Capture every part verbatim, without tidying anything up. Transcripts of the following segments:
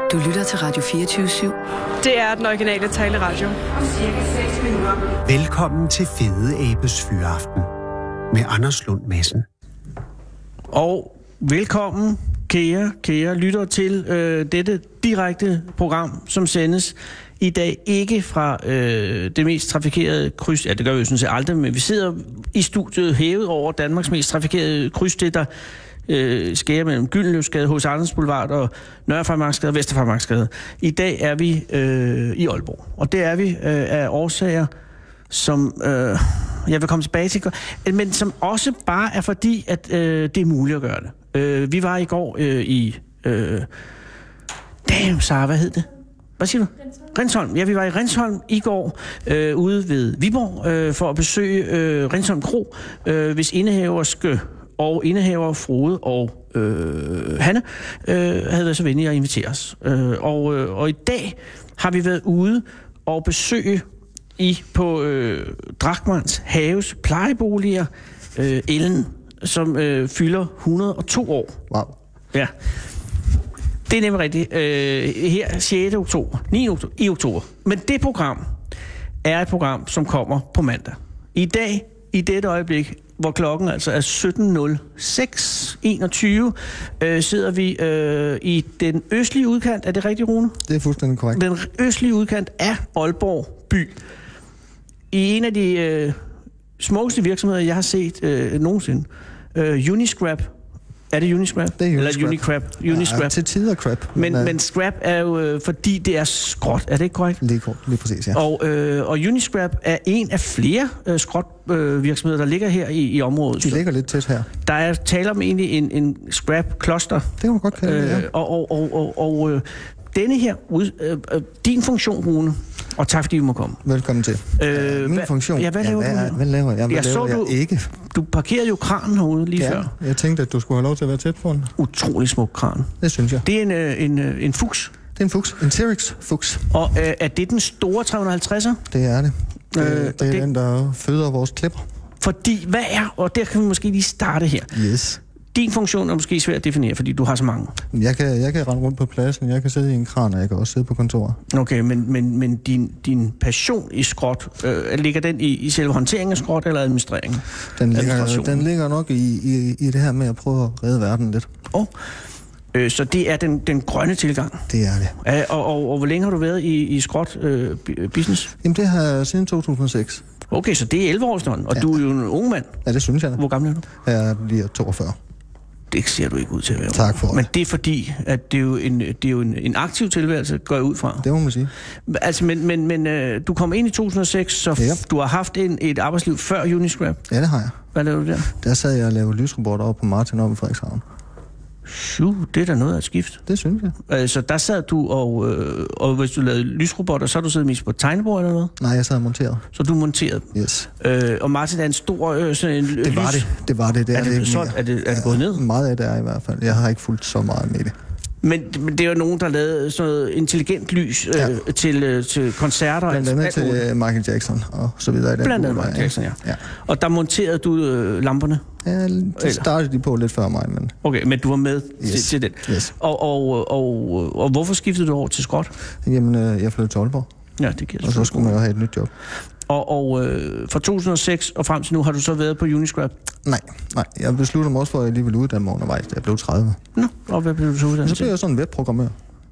Du lytter til Radio fireogtyve syv. Det er den originale taleradio. Velkommen til Fede Abes Fyraften med Anders Lund Madsen. Og velkommen, kære, kære lytter til øh, dette direkte program, som sendes i dag ikke fra øh, det mest trafikerede kryds. Ja, det gør vi jo sådan set aldrig, men vi sidder i studiet hævet over Danmarks mest trafikerede kryds, det der øh, skærer mellem Gyldenløvsgade, H C Andersens Boulevard og Nørrefarmarksgade og Vesterfarmarksgade. I dag er vi øh, i Aalborg, og det er vi øh, af årsager, som øh, jeg vil komme tilbage til, men som også bare er fordi, at øh, det er muligt at gøre det. Øh, vi var i går øh, i... Øh, damn, Sara, hvad hed det? Hvad siger du? Rindsholm. Ja, vi var i Rindsholm i går øh, ude ved Viborg øh, for at besøge øh, Rindsholm Kro, øh, hvis indehaverske og indehaver Frode og øh, Hanne øh, havde været så venlige at invitere os. Øh, og, øh, og i dag har vi været ude og besøge i på øh, Drachmanns Haves plejeboliger øh, Ellen, som øh, fylder et hundrede og to år. Wow. Ja. Det er nemlig rigtigt. Øh, her sjette oktober, niende oktober, i oktober. Men det program er et program, som kommer på mandag. I dag, i dette øjeblik, hvor klokken altså er sytten nul seks enogtyve, øh, sidder vi øh, i den østlige udkant. Er det rigtigt, Rune? Det er fuldstændig korrekt. Den østlige udkant af Aalborg by. I en af de øh, smukkeste virksomheder, jeg har set øh, nogensinde. Øh, Uniscrap. Er det Uniscrap? Det er Uniscrap. Eller Unicrap? Uniscrap. Ja, til tider crap. Men, men, men scrap er jo, øh, fordi det er skråt. Er det ikke korrekt? Lige, lige præcis, ja. Og, øh, og Uniscrap er en af flere øh, skrot øh, virksomheder, der ligger her i, i området. De ligger lidt tæt her. Der er tale om egentlig en, en scrap-cluster. Det kan man godt kalde det, ja. Øh, og og, og, og, og øh, denne her, øh, øh, din funktion, Rune, og tak fordi vi må komme. Velkommen til. Øh, Min hva, funktion? Ja, hvad laver ja, du hvad, her? hvad laver jeg? Hvad jeg laver så, jeg du, ikke? Du parkerede jo kranen herude lige ja, før. Jeg tænkte, at du skulle have lov til at være tæt på den. Utrolig smuk kran. Det synes jeg. Det er en, øh, en, øh, en fuchs. Det er en fuchs. En Terex fuchs. Og øh, er det den store tre hundrede og halvtredser? Det er det. Det, Øh, det er det- den, der føder vores klipper. Fordi, hvad er, og der kan vi måske lige starte her. Yes. Din funktion er måske svært at definere, fordi du har så mange. Jeg kan, jeg kan rende rundt på pladsen, jeg kan sidde i en kran, og jeg kan også sidde på kontoret. Okay, men, men, men din, din passion i skrot, øh, ligger den i, i selve håndteringen af skrot eller administreringen? Den ligger, Administration. den ligger nok i, i, i det her med at prøve at redde verden lidt. Oh. Øh, så det er den, den grønne tilgang. Det er det. Øh, og, og, og hvor længe har du været i, i skrot øh, business? Jamen, det har jeg siden to tusind og seks. Okay, så det er elleve år siden, og Ja. du er jo en ung mand. Ja, det synes jeg. Hvor gammel er du? Jeg bliver toogfyrre. Det ser du ikke ud til at være. Tak for det. Men det er fordi, at det er jo en, det er jo en, en aktiv tilværelse, går jeg ud fra. Det må man sige. Altså, men, men, men øh, du kom ind i to tusind og seks, så f- Ja. du har haft en, et arbejdsliv før Uniscrap. Ja, det har jeg. Hvad lavede du der? Der sad jeg og lavede lysrobotter over på Martin oppe i Frederikshavn. Syv, det er da noget af et skift. Det synes jeg. Altså, der sad du, og, øh, og hvis du lavede lysrobotter, så har du siddet mest på et tegnebord eller noget? Nej, jeg sad og monteret. Så du monterede dem. Yes. Øh, og Martin er en stor øh, sådan en Det var lys... det. Det var det. Det er, Er det det ikke solgt? mere. Er det- er det gået ned? Meget af det er i hvert fald. Jeg har ikke fulgt så meget med det. Men, men det er jo nogen, der lavede sådan noget intelligent lys øh, Ja. til, øh, til koncerter. Blandt andet alt muligt. til Michael Jackson og så videre. i den Blandt andet gode Michael vej, Jackson, ja. ja. Og der monterede du øh, lamperne. Ja, det startede de på lidt før mig, men Okay, men du var med Yes. til, til den. Yes. Og, og, og, og hvorfor skiftede du over til skrot? jamen, øh, jeg flyttede til Aalborg, Ja, det giver og så skulle man jo have et nyt job. Og, og øh, fra to tusind og seks og frem til nu har du så været på Uniscrap. Nej, nej. Jeg besluttede mig også for, at jeg lige ville uddanne mig undervejs, da jeg blev tredive. Nå, og hvad blev du så Og uddannet så blev til? jeg sådan en webprogrammør.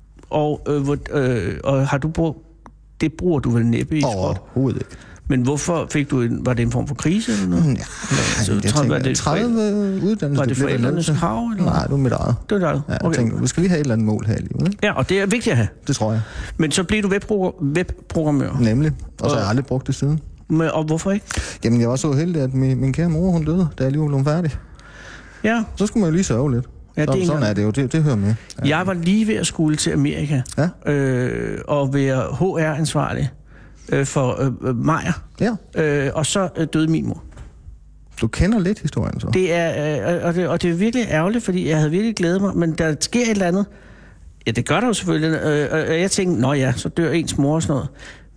Og, øh, hvor, øh, og har du brugt... Det bruger du vel næppe i skrot. Overhovedet ikke. Men hvorfor fik du en... Var det en form for krise eller noget? Ja, så jeg tror, var tænkte, det tredive uddannelser. Var det forældrenes krav, eller? Nej, det var mit eget. Det var det. Ja, jeg Okay. tænkte, vi skal lige have et eller andet mål her i livet, ikke? Ja, og det er vigtigt at have. Det tror jeg. Men så blev du webpro- webprogrammør. Nemlig. Og så har Og- jeg aldrig brugt det siden. Men, og hvorfor ikke? Jamen, jeg var så heldig, at min, min kære mor, hun døde, da jeg lige blev færdig. Ja, Så skulle man jo lige sørge lidt. Ja, så, det er sådan engang- er det jo. Det, det hører med. Ja. jeg var lige ved at skulle til Amerika. Ja. Øh, og være H R-ansvarlig øh, for øh, Majer. Ja. Øh, og så øh, døde min mor. Du kender lidt historien så. Det er, øh, og, det, og det er virkelig ærgerligt, fordi jeg havde virkelig glædet mig, men der sker et eller andet. Ja, det gør der jo selvfølgelig. Øh, og jeg tænkte, nå ja, så dør ens mor og sådan noget.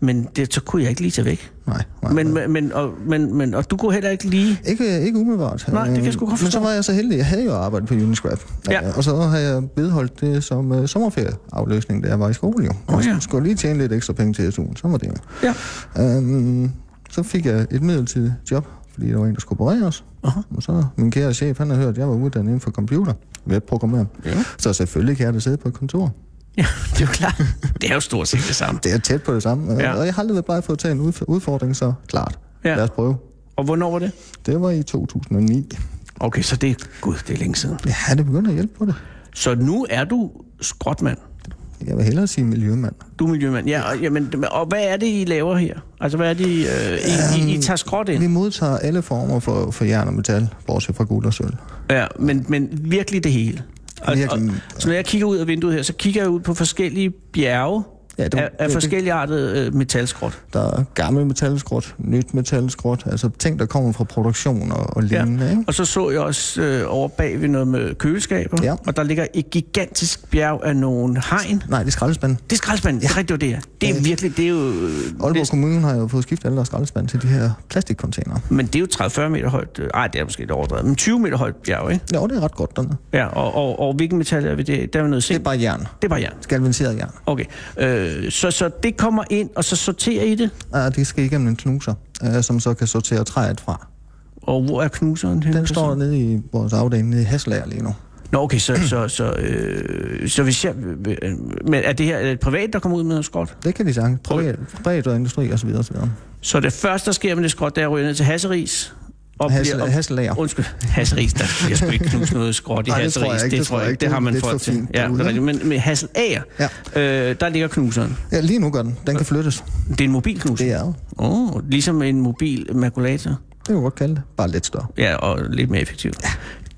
Men det, så kunne jeg ikke lige tage væk. Nej, nej, Men, nej. men, og, men, men, og du kunne heller ikke lige... Ikke, ikke umiddelbart. Nej, det kan jeg sgu godt Men forstå. så var jeg så heldig, jeg havde jo arbejdet på Uniscrap. Ja. Og så har jeg vedholdt det som uh, sommerferieafløsning, da jeg var i skole jo. Og Oh, ja. så skulle jeg lige tjene lidt ekstra penge til S U'en, så var det jo. Ja. Um, så fik jeg et midlertidigt job, fordi der var en, der skulle opereres. Uh-huh. Og så min kære chef, han har hørt, at jeg var uddannet inden for computer, webprogrammering. Ja. Så selvfølgelig kan jeg da sidde på et kontor. Ja, det er jo klart. Det er jo stort set det samme. Det er tæt på det samme. Ja. Og jeg har aldrig været bleg for at tage en udf- udfordring, så klart. Ja. Lad os prøve. Og hvornår var det? Det var i to tusind og ni. Okay, så det er... Gud, det er længe siden. Ja, det begynder at hjælpe på det. Så nu er du skrotmand. Jeg vil hellere sige miljømand. Du er miljømand. Ja, og, jamen, og hvad er det, I laver her? Altså, hvad er det, I, øh, I, I, I tager skrot ind? Vi modtager alle former for, for jern og metal, bortset fra guld og sølv. Ja, men, men virkelig det hele. Og, Virkelig. og, så når jeg kigger ud af vinduet her, så kigger jeg ud på forskellige bjerge Ja, det- af, af det- forskellige artede øh, metalskrot. Der er gammel metalskrot, nyt metalskrot, altså ting, der kommer fra produktion og, og lignende. Ja. Ikke? Og så så jeg også øh, over bag ved noget med køleskaber, Ja. og der ligger et gigantisk bjerg af nogle hegn. Nej, det er skraldespanden. Det er skraldespanden, ja. Det er rigtigt, det er. Det er Ja. virkelig, det er jo... Aalborg det, Kommune har jo fået skiftet alle deres skraldespande til de her plastikcontainere. men det er jo tredive til fyrre meter højt. Ej, det er måske lidt overdrevet, men tyve meter højt bjerg, ikke? Ja, det er ret godt dernede. Ja, og, og, og hvilken metal er vi det? Der er jo noget Det er zink. bare jern. Det er bare jern. Galvaniseret jern. Okay, øh, så, så det kommer ind, og så sorterer I det? Ja, det skal igennem en knuser, øh, som så kan sortere træet fra. Og hvor er knuseren? Den står nede i vores afdeling nede i Hasselager lige nu. Nå, okay, så, så, så, øh, så hvis jeg... Øh, men er det her er det privat, der kommer ud med noget skrot? Det kan de sige. Privat, privat og industri og så videre, så videre. Så det første, der sker med det skrot, det er at ryge ned til Hasseris. Og Hassel- bliver, og, Hasselager. undskyld, Hasseris, der bliver sgu ikke knust noget skrot i Nej, det tror jeg Hasseris. ikke, Det, det tror tror jeg jeg ikke, det ikke. har man Det er folk lidt for til. fint Ja, derude, det er rigtigt. Men med Hasselager, Ja. øh, der ligger knuseren. Ja, lige nu gør den. Den kan flyttes. Det er en mobilknuser. Det er jo. Åh, oh, ligesom en mobil makulator. Det kan du godt kalde det. Bare lidt større. Ja, og lidt mere effektiv. Ja.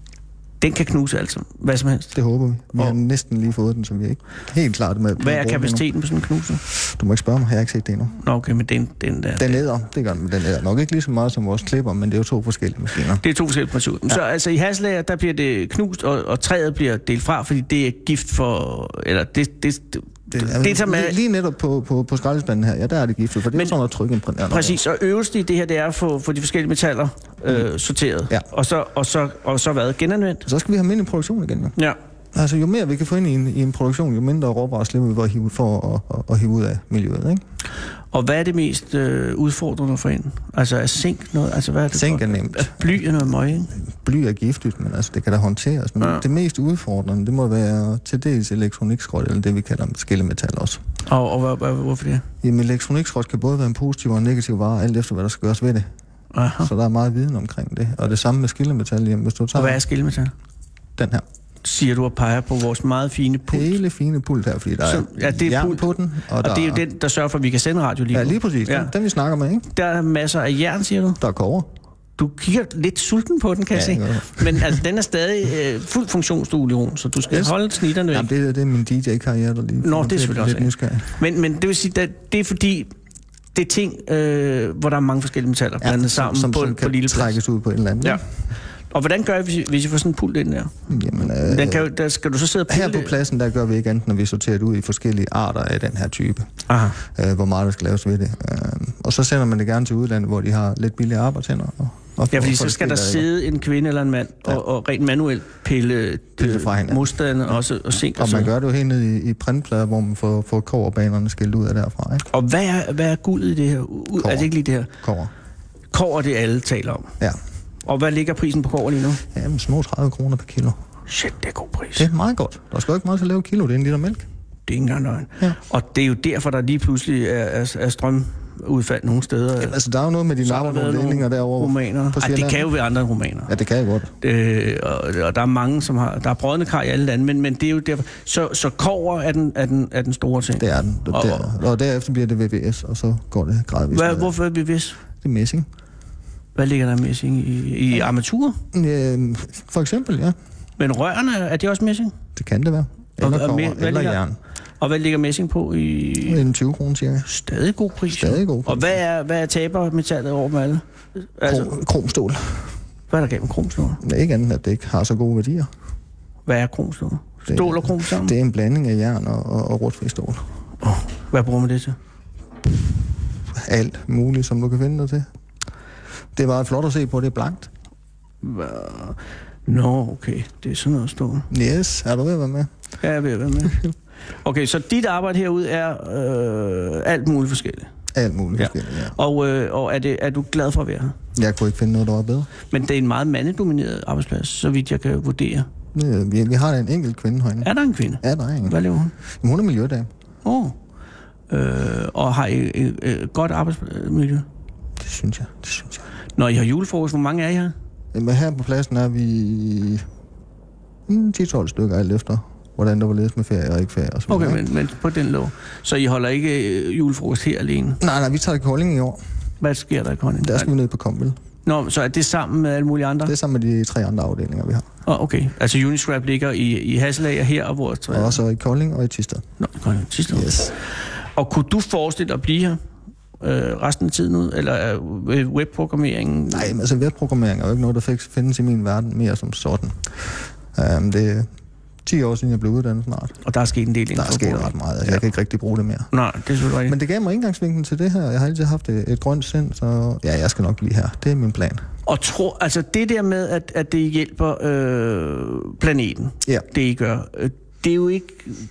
Den kan knuse altså hvad som helst. Det håber vi. Vi Og- har næsten lige fået den, så vi er ikke helt klart med. Hvad er kapaciteten på sådan en knuser? Du må ikke spørge mig, jeg har ikke set det endnu. Nå, okay, men den, den der... Den æder, det gør den, men den æder nok ikke lige så meget som vores klipper, men det er jo to forskellige maskiner. Det er to forskellige principper. Ja. Så altså i Hasselager, der bliver det knust, og, og træet bliver delt fra, fordi det er gift for... Eller det... det, det Det, det, som er, lige, lige netop på, på, på skraldespanden her, ja, der er det giftet, for det Men- er sådan noget trykimprægneret. præcis, og øverst i det her, det er at få, få de forskellige metaller øh, sorteret. Ja. Og, så, og, så, og så hvad? Genanvendt? Så skal vi have dem ind i produktion igen, jo. Ja. Altså, jo mere vi kan få ind i en, i en produktion, jo mindre råvarer slipper vi for at hive, for at, at, at hive ud af miljøet, ikke? Og hvad er det mest øh, udfordrende for en? Altså er zink noget? Altså, hvad er det Zink for? er nemt. Er bly er noget møg, ikke? Bly er giftigt, men altså, det kan da håndteres. Men Ja. ja. det mest udfordrende, det må være til dels elektronikskrot, eller det vi kalder skillemetal også. Og, og hvad, hvad, hvorfor det? Jamen, elektronikskrot kan både være en positiv og en negativ vare, alt efter hvad der skal gøres ved det. Aha. Så der er meget viden omkring det. Og det samme med skillemetal, jamen, hvis du Og tager hvad er skillemetal? den her Siger du og peger på vores meget fine pult. hele fine pult her, fordi der Så- er, ja, det er jern pult. på den. Og, Og der det er jo den, der sørger for, at vi kan sende radio lige Ja, nu. lige præcis. Ja. Den, den vi snakker med, ikke? Der er masser af jern, siger du? Der er kover. Du kigger lidt sulten på den, kan Ja, jeg det se. Men altså, den er stadig øh, fuldt funktionsduelig, Ron, så du skal Yes. holde snitterne væk. Jamen, det, er- det er min D J-karriere, der lige... Nå, det er selvfølgelig også, lidt ja. nysgerrig. Men, men det vil sige, at det er fordi, det er ting, øh, hvor der er mange forskellige metaller blandet sammen som, på, som på kan lille plads. trækkes ud på et eller andet. Ja. Og hvordan gør jeg, hvis I, hvis I får sådan en pult ind der? Jamen, øh, Den kan, jo- der skal du så sidde og her pille på pladsen, der gør vi ikke andet, når vi sorterer det ud i forskellige arter af den her type. Aha. Øh, hvor meget der skal laves ved det. Øh, og så sender man det gerne til udlandet, hvor de har lidt billige arbejdshænder. Og, og Ja, fordi og så det skal der spiller, ikke? sidde en kvinde eller en mand Ja. og, og rent manuelt pille, Pille fra hinanden. modstanden og også og sink og Og man sådan. gør det jo helt ned i, i printplader, hvor man får, får koverbanerne skilt ud af derfra. Ikke? Og hvad er, hvad er guldet i det her? Ud, Kobber. altså ikke lige det her. Kover. Kobber, det alle taler om. Ja. Og hvad ligger prisen på kobber lige nu? Jamen, små tredive kroner per kilo. Shit, det er god pris. Det er meget godt. Der skal jo ikke meget til at lave et kilo, det er en liter mælk. Det er ikke engang løgn. Ja. Og det er jo derfor, der lige pludselig er, er, er strømudfald nogle steder. Jamen, altså, der er jo noget med de Så har der været lavere derovre. romanere. på Ej, det Sjælland. kan jo være andre end romanere. Ja, det kan jeg godt. Øh, og, og der er mange, som har... Der er brodne kar i alle lande, men, men det er jo derfor... Så, så kobber er den, er, den, er den store ting. Det er den. Og, Og- der, og derefter bliver det V V S, og så går det gradvist. Hvad, nedad. hvorfor er vi vis? Det er messing. Hvad ligger der messing i? I armaturer? Øh, for eksempel, ja. Men rørene, er de også messing? Det kan det være. Eller Og- og kover, me- hvad eller ligger- jern. Og hvad ligger messing på i... En tyve kroner cirka. Stadig god pris. jo. Stadig god pris. Og hvad er, hvad er tabermetallet over dem alle? Altså, Krom, kromstål. hvad er der galt med kromstål? Det er ikke andet, at det ikke har så gode værdier. Hvad er kromstål? Det- Stål og krom sammen? Det er en blanding af jern og, og, og rutfri stål. Hvad bruger man det til? alt muligt, som du kan finde dig til. Det er bare flot at se på, det er blankt. Nå, okay. Det er sådan noget stående. Yes, er du ved at være med? Ja, jeg er ved at være med. Okay, så dit arbejde herude er øh, alt muligt forskelligt? Alt muligt ja. forskelligt, ja. Og, øh, og er, det, er du glad for at være her? Jeg kunne ikke finde noget, der var bedre. Men det er en meget mandedomineret arbejdsplads, så vidt jeg kan vurdere. Vi, vi har en enkelt kvinde herinde. Er der en kvinde? Ja, der er en. Hvad laver hun? Jamen, hun er miljødame. Åh. Oh. Øh, og har I et, et godt arbejdsmiljø? Det synes jeg, det synes jeg. Når I har julefrokost, hvor mange er I her? Jamen, her på pladsen er vi ti tolv stykker alt efter, hvordan der var ledes med ferie og ikke ferie. Og så okay, men, men på den lov. Så I holder ikke julefrokost her alene? Nej, nej, vi tager i Kolding i år. Hvad sker der i Kolding? Der skal vi ned på Kombil. Nå, så er det sammen med alle mulige andre? Det er sammen med de tre andre afdelinger, vi har. Åh, oh, okay. Altså Uniscrap ligger i, i Hasselager her, og hvor? Og også i Kolding og i Thisted. Nå, i Kolding og Thisted. Yes. Og kunne du forestille dig at blive her øh, resten af tiden ud? Eller øh, webprogrammeringen? Nej, men altså webprogrammering er jo ikke noget, der findes i min verden mere som sådan. Um, det er ti år siden, jeg blev uddannet snart. Og der er sket en del. Der er sket ret meget. Jeg ja. kan ikke rigtig bruge det mere. Nej, det er selvfølgelig. Men det gav mig indgangsvinklen til det her. Jeg har altid haft et, et grønt sind, så ja, jeg skal nok blive her. Det er min plan. Og tror, altså det der med, at, at det hjælper øh, planeten, ja. det I gør, øh, det er jo ikke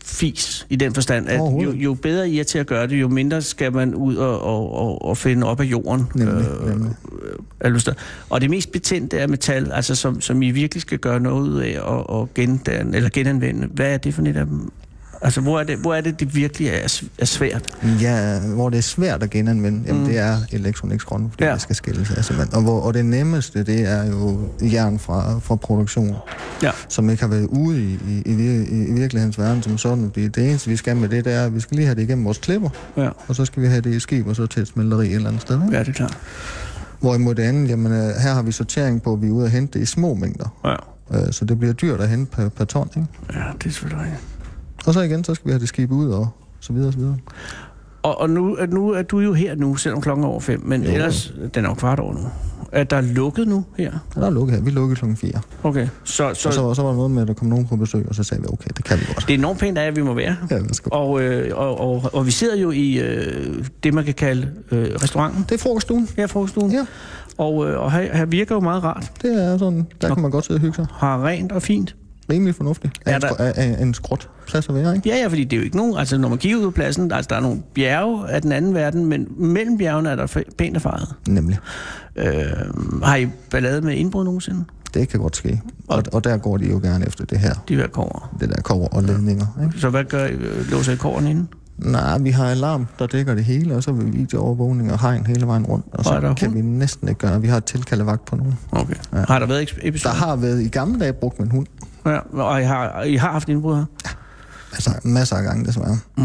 fis i den forstand, at jo, jo bedre I er til at gøre det, jo mindre skal man ud og, og, og, og finde op af jorden. Nemlig, øh, nemlig. Øh, og det mest betændte er metal, altså som, som I virkelig skal gøre noget ud af og, og gendanne, eller genanvende. Hvad er det for et af dem? Altså, hvor er det, hvor er det, det virkelig er, er svært? Ja, hvor det er svært at genanvende, jamen mm. det er elektronikskronen, fordi ja. det skal skilles af simpelthen. Og, hvor, og det nemmeste, det er jo jern fra, fra produktion, ja. som ikke har været ude i, i, i, i virkelighedens verden som sådan. Det, det eneste, vi skal med det, det er, at vi skal lige have det igennem vores klipper, ja. og så skal vi have det i skib, og så til et smelteri et eller andet sted. Ikke? Ja, det er klart. Hvorimod det andet, jamen her har vi sortering på, at vi er ude at hente det i små mængder. Ja. Så det bliver dyrt at hente per, per ton, ikke? Ja, det er selvfølgelig. Og så igen, så skal vi have det skib ud og så videre og så videre. Og, og nu, nu er du jo her nu, selvom klokken er over fem, men jo. Ellers, den er jo kvart over nu. Er der lukket nu her? Ja, der er lukket her. Vi lukkede klokken fire. Okay. Så, så... Og så, så var der noget med, at der kom nogen på besøg, og så sagde vi, okay, det kan vi godt. Det er enormt pænt af, at vi må være. Ja, værsgo. Og, øh, og, og, og vi sidder jo i øh, det, man kan kalde øh, restauranten. Det er frokoststuen. Ja, frokoststuen. Ja. Og, øh, og her, her virker jo meget rart. Det er sådan, der og kan man godt sidde og hygge sig. Har rent og fint. Rimelig fornuftigt. Er, er der er, er en skråt plads at være, ikke? Ja, ja, fordi det er jo ikke nogen... Altså, når man kigger ud på pladsen, altså, der er nogle bjerge af den anden verden, men mellem bjergene er der pænt erfaret. Nemlig. Øh, har I ballade med indbrud nogensinde? Det kan godt ske. Og, og der går de jo gerne efter det her. De der kover. Det der kover og ledninger, ikke? Så hvad gør I? Låser I koveren inde? Nej, vi har alarm, der dækker det hele, og så vil vi videoovervågning og hegn hele vejen rundt. Og så kan hund? vi næsten ikke gøre. Vi har et tilkaldevagt på nogen. Okay. Ja. Har der været episoder? Der har været i gamle dage brugt med en hund. Ja, og I har, I har haft indbrud her? Ja, masser, masser af gange desværre. Mm.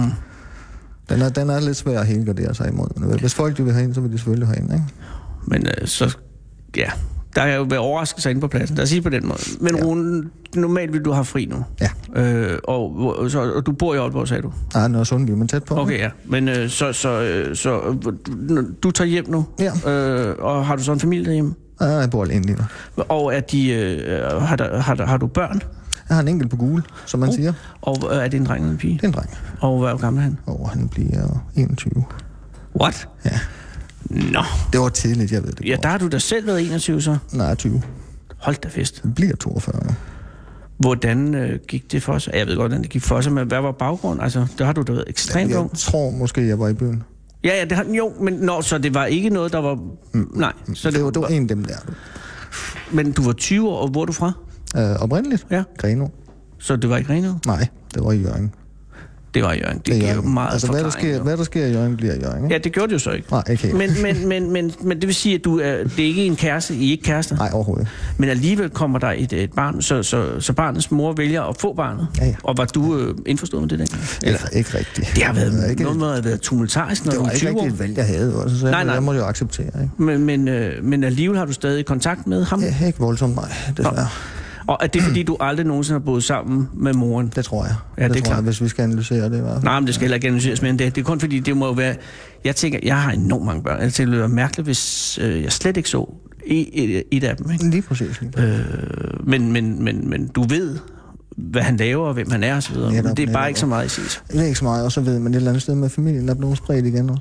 Den, er, den er lidt svær at helgardere sig imod. Hvis folk de vil have ind, så vil de selvfølgelig have ind, ikke? Men øh, så, ja, der er jo været overraskelser inde på pladsen. Lad os sige på den måde. Men ja. Rune, normalt vil du have fri nu. Ja. Øh, og, så, og du bor i Aalborg, sagde du? Nej, Nørre Sundby, men tæt på. Okay, ja. Men øh, så, så, øh, så du, du tager hjem nu? Ja. Øh, og har du så en familie derhjemme? Ja, jeg bor alene lige nu. Og er de, øh, har, der, har, der, har du børn? Jeg har en enkelt på gule, som man uh. siger. Og øh, er det en dreng eller en pige? Det er en dreng. Og hvor gammel er han? Og han bliver enogtyve. What? Ja. Nå. Det var tidligt, jeg ved det. Ja, der har du da selv været enogtyve så? Nej, tyve. Hold da fest. Det bliver toogfyrre nu. Hvordan øh, gik det for sig? Jeg ved godt, hvordan det gik for sig, men hvad var baggrunden? Altså, der har du da været ekstremt ung. Jeg tror måske, jeg var i byen. Ja, ja, det har, jo, men nå, så det var ikke noget, der var... Mm. Nej. Så det, det, var, det var en af dem der. Men du var tyve år, og hvor er du fra? Øh, oprindeligt? Ja. Grenaa. Så det var ikke Grenaa? Nej, det var i Hjørring. Det var i Hjørring. Det, det giver jo meget altså, hvad der, sker, hvad der sker i Hjørring, bliver i Hjørring, ikke? Ja, det gjorde det jo så ikke. Nej, ikke helt. Men, men, men, men, men det vil sige, at du er, det er ikke en kæreste, I er ikke kærester? Nej, overhovedet. Men alligevel kommer der et, et barn, så, så, så barnets mor vælger at få barnet? Ja, ja. Og var du øh, indforstået med det dengang? Eller? Ikke, ikke rigtigt. Det har været det ikke, noget med at være tumultarisk, når du du er tyve år. Det var ikke rigtigt et valg, jeg havde, også, så nej, nej. Jeg må jo acceptere, ikke? Men, men, øh, men alligevel har du stadig kontakt med ham? Ja, ikke voldsomt, nej, desværre. Og er det fordi, du aldrig nogensinde har boet sammen med moren? Det tror jeg. Ja, det, det er tror klart. jeg, hvis vi skal analysere det i hvert fald. Nej, men det skal heller ikke analyseres mere end det. Det er kun fordi, det må jo være... Jeg tænker, jeg har enormt mange børn. Jeg tænker, det ville være mærkeligt, hvis øh, jeg slet ikke så et, et af dem. Ikke? Lige præcis. Lige præcis. Øh, men, men, men, men du ved, hvad han laver, og hvem han er, og så videre. Men det er bare ikke så meget i sig. Det er ikke så meget, og så ved man et eller andet sted med familien, der er blevet spredt igen også.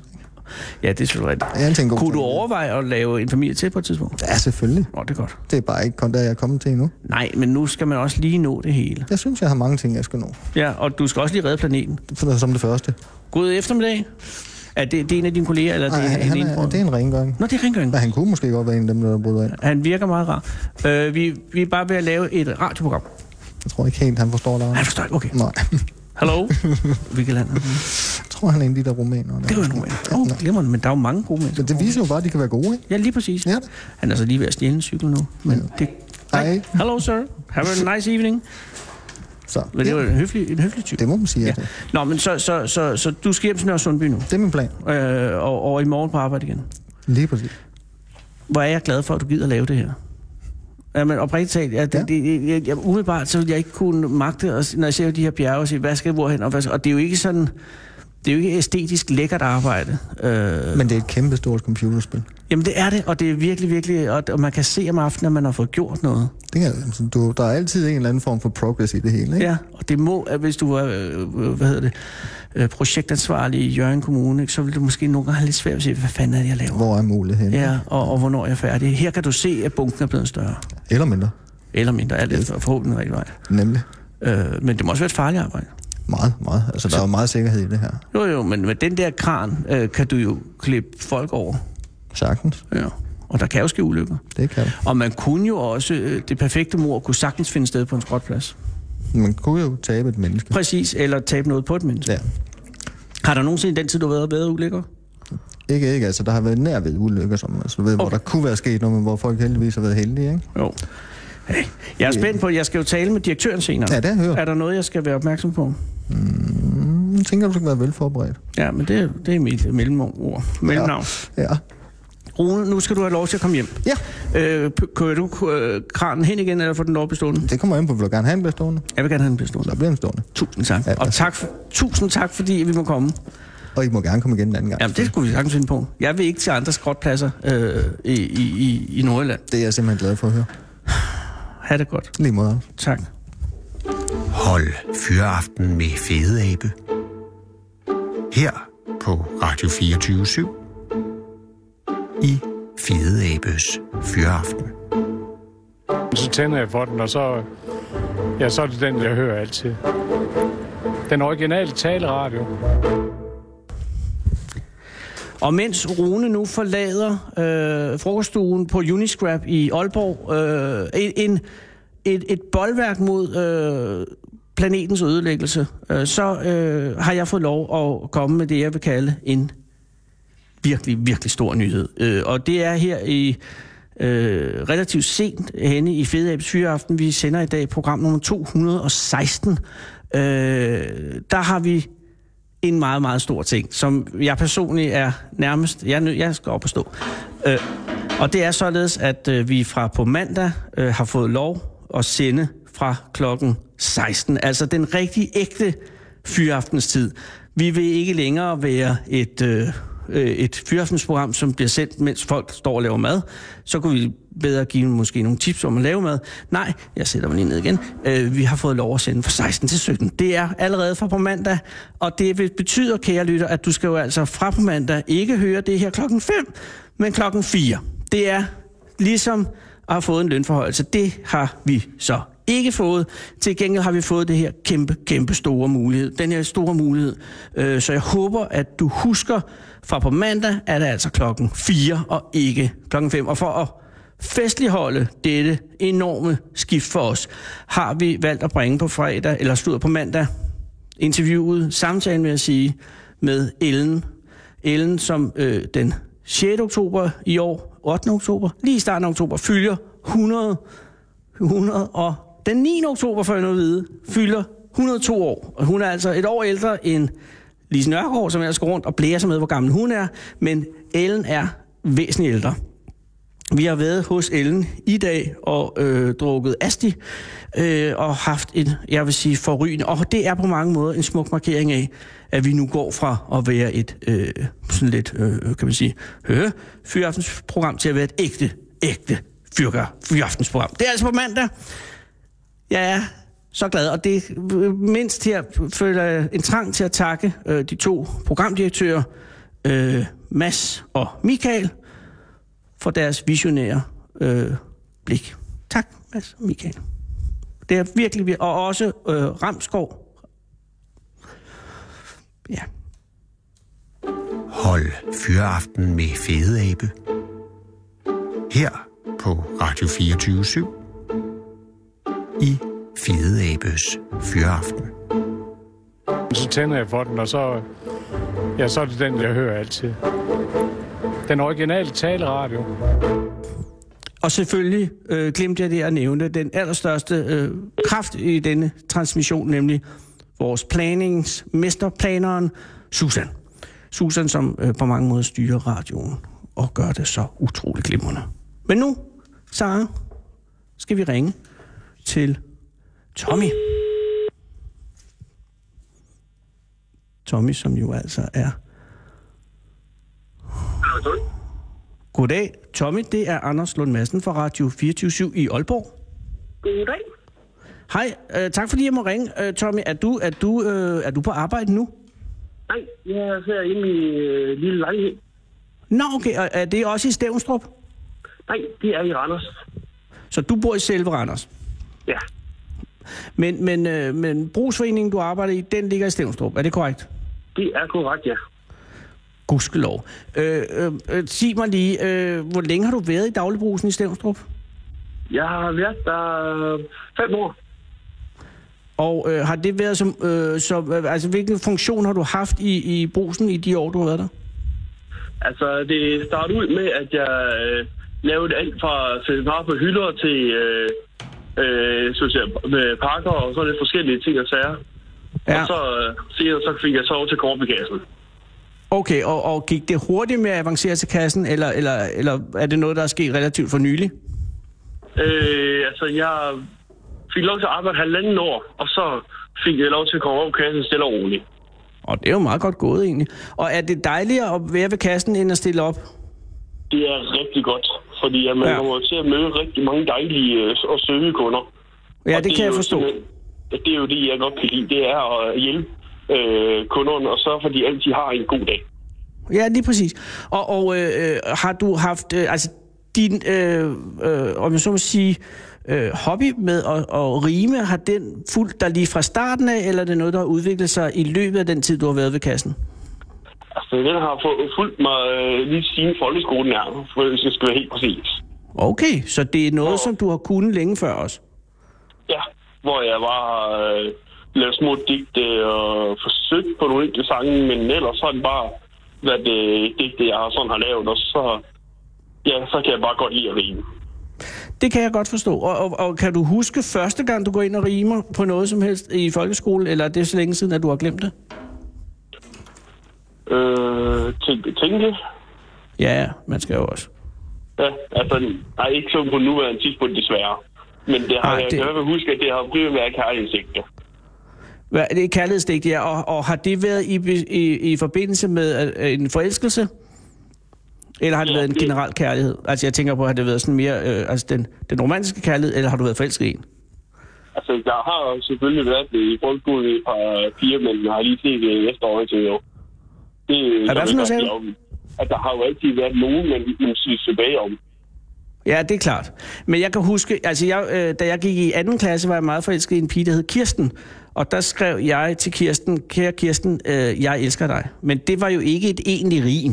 Ja, det er selvfølgelig rigtigt. Kunne du overveje at lave en familie til på et tidspunkt? Ja, selvfølgelig. Åh, det er godt. Det er bare ikke kun der, jeg er kommet til endnu. Nej, men nu skal man også lige nå det hele. Jeg synes, jeg har mange ting, jeg skal nå. Ja, og du skal også lige redde planeten. For som det første. God eftermiddag. Er det, det er en af dine kolleger, eller Nej, det er han en er, det er en rengøring. Nå, det er rengøring. Men han kunne måske godt være en af dem, der bryder ind. Han virker meget rar. Øh, vi, vi er bare ved at lave et radioprogram. Jeg tror ikke helt, han forstår det. Han forstår ikke, okay. Nej. Hallo? Hvilket land er det? Jeg tror, han er en af de der rumæner. Det er jo en rumæner. Åh, oh, glemmer men der er jo mange gode mennesker. Men det viser jo bare, at de kan være gode, ikke? Ja, lige præcis. Ja. Han er så lige ved at stjæle en cykel nu. Men ja. det... Hej. Hello, sir. Have a nice evening. Så. Men det var en høflig, en høflig type. Det må man sige, ja. Ja. Nå, men så, så, så, så du skal hjem til Nørre Sundby nu? Det er min plan. Øh, og, og i morgen på arbejde igen? Lige præcis. Hvor er jeg glad for, at du gider at lave det her. Ja, men oprigtigt talt, ja, det, ja. det, jeg, jeg, umiddelbart så vil jeg ikke kunne magte, og, når jeg ser de her bjerge, og sige, hvad skal jeg hvorhen? Og, og det er jo ikke sådan, det er jo ikke æstetisk lækkert arbejde. Øh, men det er et kæmpe stort computerspil. Jamen det er det, og det er virkelig, virkelig, og, og man kan se om aftenen, at man har fået gjort noget. Det kan, altså, du, der er altid en eller anden form for progress i det hele, ikke? Ja, og det må, at hvis du var, øh, hvad hedder det, øh, projektansvarlig i Hjørring Kommune, ikke, så vil du måske nogle gange have lidt svært at sige, hvad fanden er det, jeg laver? Hvor er muligheden? Ja, og, og hvornår er jeg færdig. Her kan du se, at bunken er blevet større. Eller mindre. Eller mindre, alt efter forhåbentlig en rigtig vej. Nemlig. Øh, men det må også være et farligt arbejde. Meget, meget. Altså, der så, er jo meget sikkerhed i det her. Jo, jo, men med den der kran øh, kan du jo klippe folk over. Sagtens. Ja, og der kan jo ske ulykker. Det kan. Og man kunne jo også, øh, det perfekte mord kunne sagtens finde sted på en skrotplads. Man kunne jo tabe et menneske. Præcis, eller tabe noget på et menneske. Ja. Har der nogensinde i den tid, du har været ved ulykker? Ikke, ikke. Altså, der har været nær ved ulykker, som, altså, du ved, okay. Hvor der kunne være sket noget, men hvor folk heldigvis har været heldige, ikke? Jo. Hey, jeg er spændt på, jeg skal jo tale med direktøren senere. Ja, det hører. Er der noget, jeg skal være opmærksom på? Mm, jeg tænker, du skal være velforberedt. Ja, men det, det er mit mellemord. Mellemnavn. Ja. ja. Rune, nu skal du have lov til at komme hjem. Ja. Øh, kører du øh, kranen hen igen, eller får den lov bestående? Det kommer ind på, vil du gerne have en bestående? Jeg vil gerne have en bestående. Så bliver den stående. Tusind tak. Ja, og tak for, tusind tak, fordi vi må komme. Og I må gerne komme igen en anden gang. Jamen, det skulle vi sagtens finde på. Jeg vil ikke til andre skrotpladser øh, i, i, i Nordjylland. Det er jeg simpelthen glad for at høre. Ha' det godt. Lige måde. Tak. Hold Fyraften med Fede Abe. Her på Radio fireogtyve syv. I Fede Abes Fyraften. Så tænder jeg for den, og så, ja, så er det den, jeg hører altid. Den originale taleradio. Og mens Rune nu forlader øh, frokoststuen på Uniscrap i Aalborg, øh, en, et, et boldværk mod øh, planetens ødelæggelse, øh, så øh, har jeg fået lov at komme med det, jeg vil kalde en virkelig, virkelig stor nyhed. Øh, og det er her i øh, relativt sent henne i Fede Abes Fyraften. Vi sender i dag program nummer to hundrede og seksten. Øh, der har vi en meget, meget stor ting, som jeg personligt er nærmest... Jeg, jeg skal op og stå. Øh, og det er således, at øh, vi fra på mandag øh, har fået lov at sende fra klokken seksten. Altså den rigtig ægte fyraftenstid. Vi vil ikke længere være et... Øh, et fyraftensprogram, som bliver sendt, mens folk står og laver mad. Så kunne vi bedre give måske nogle tips om at lave mad. Nej, jeg sætter mig lige ned igen. Øh, vi har fået lov at sende fra seksten til sytten. Det er allerede fra på mandag, og det betyder, kære lytter, at du skal jo altså fra på mandag ikke høre det her klokken fem, men klokken fire. Det er ligesom at have fået en lønforhøjelse. Det har vi så ikke fået. Til gengæld har vi fået det her kæmpe, kæmpe store mulighed. Den her store mulighed. Øh, så jeg håber, at du husker, fra på mandag er det altså klokken fire og ikke klokken fem. Og for at festligholde dette enorme skift for os, har vi valgt at bringe på fredag, eller slutter på mandag, interviewet, samtalen vil jeg sige, med Ellen. Ellen, som øh, den sjette oktober i år, ottende oktober, lige i starten af oktober, fylder hundrede, hundrede og den niende oktober, for jeg nu at vide, fylder hundrede og to år. Og hun er altså et år ældre end Lise Nørgaard, som ellers går rundt og blæser sig med, hvor gammel hun er. Men Ellen er væsentligt ældre. Vi har været hos Ellen i dag og øh, drukket Asti øh, og haft en, jeg vil sige, forrygende. Og det er på mange måder en smuk markering af, at vi nu går fra at være et øh, sådan lidt, øh, kan man sige, øh, fyraftensprogram til at være et ægte, ægte fyrker, fyraftensprogram. Det er altså på mandag. Jeg er så glad, og det mindst her føler jeg en trang til at takke øh, de to programdirektører, øh, Mads og Michael for deres visionære øh, blik. Tak, Mads og Michael. Det er virkelig, og også øh, Ramskov. Ja. Hold Fyraften med Fede Abe. Her på Radio fireogtyve syv i Fede Abes Fyraften. Så tænder jeg for den, og så, ja, så er det den, jeg hører altid. Den originale taleradio. Og selvfølgelig øh, glemte jeg det at nævne den allerstørste øh, kraft i denne transmission, nemlig vores planningsmesterplaneren, Susan. Susan, som øh, på mange måder styrer radioen og gør det så utroligt glimrende. Men nu, Sara, skal vi ringe til Tommy. Tommy, som jo altså er... Goddag, Tommy. Det er Anders Lund Madsen fra Radio fireogtyve syv i Aalborg. Goddag. Hej, øh, tak fordi jeg må ringe. Øh, Tommy, er du, er, du, øh, er du på arbejde nu? Nej, jeg sidder inde i øh, lille lejlighed. Nå, okay. Og er det også i Stevnstrup? Nej, det er i Randers. Så du bor i selve Randers? Ja. Men, men, øh, men brugsforeningen, du arbejder i, den ligger i Stevnstrup. Er det korrekt? Det er korrekt, ja. Gudskelov. Øh, øh, øh, sig mig lige, øh, hvor længe har du været i dagligbrusen i Stevnstrup? Jeg har været der fem år. Og øh, har det været som... Øh, som øh, altså, hvilken funktion har du haft i, i brusen i de år, du har været der? Altså, det startede ud med, at jeg øh, lavede alt fra at sætte varer på hylder til øh, øh, med pakker og sådan lidt forskellige ting og sager. Ja. Og så, øh, senere, så fik jeg så over til korpekassen. Okay, og, og gik det hurtigt med at avancere til kassen, eller, eller, eller er det noget, der er sket relativt for nylig? Øh, altså, jeg fik lov til at arbejde halvanden år, og så fik jeg lov til at komme over kassen stille og roligt. Og det er jo meget godt gået, egentlig. Og er det dejligere at være ved kassen, end at stille op? Det er rigtig godt, fordi at man ja. kommer til at møde rigtig mange dejlige og søde kunder. Ja, og det kan jeg forstå. Det er jo det, jeg godt kan lide. Det er at hjælpe øh, kunderne og sørge for, at de altid har en god dag. Ja, lige præcis. Og, og øh, har du haft... Øh, altså, din, øh, øh, om jeg så må sige, øh, hobby med at, at rime, har den fulgt dig lige fra starten af, eller er det noget, der har udviklet sig i løbet af den tid, du har været ved kassen? Altså, den har fulgt mig øh, lige siden folkeskolen er, for hvis jeg skal være helt præcis. Okay, så det er noget, og, som du har kunnet længe før også? Ja, hvor jeg var øh, lavet små digte og forsøgt på nogle enkelte sange, men ellers så er det bare været det digte, jeg har sådan har lavet, og så, ja, så kan jeg bare godt lide at rime. Det kan jeg godt forstå. Og, og, og kan du huske første gang, du går ind og rimer på noget som helst i folkeskole, eller er det så længe siden, at du har glemt det? Øh, tænke, tænke. Ja, man skal jo også. Ja, altså, nej, ikke så på nuværende tidspunkt desværre. Men det har, Ej, det... jeg kan huske, at det har primært været kærlighedsdigte. Hvad, det er kærlighedsdigte, ja. Og, og har det været i, i, i forbindelse med uh, en forelskelse? Eller har det ja, været en det... generel kærlighed? Altså, jeg tænker på, har det været sådan mere øh, altså den, den romantiske kærlighed, eller har du været forelsket i en? Altså, jeg har selvfølgelig været i folkeskolen i et par piger, men jeg har lige set det efteråret til jo. Det, er hvad for noget, sagde du? At der har jo altid været nogen, man kan sige tilbage om. Ja, det er klart. Men jeg kan huske, altså jeg, øh, da jeg gik i anden klasse, var jeg meget forelsket i en pige, der hed Kirsten. Og der skrev jeg til Kirsten, kære Kirsten, øh, jeg elsker dig. Men det var jo ikke et egentligt rim.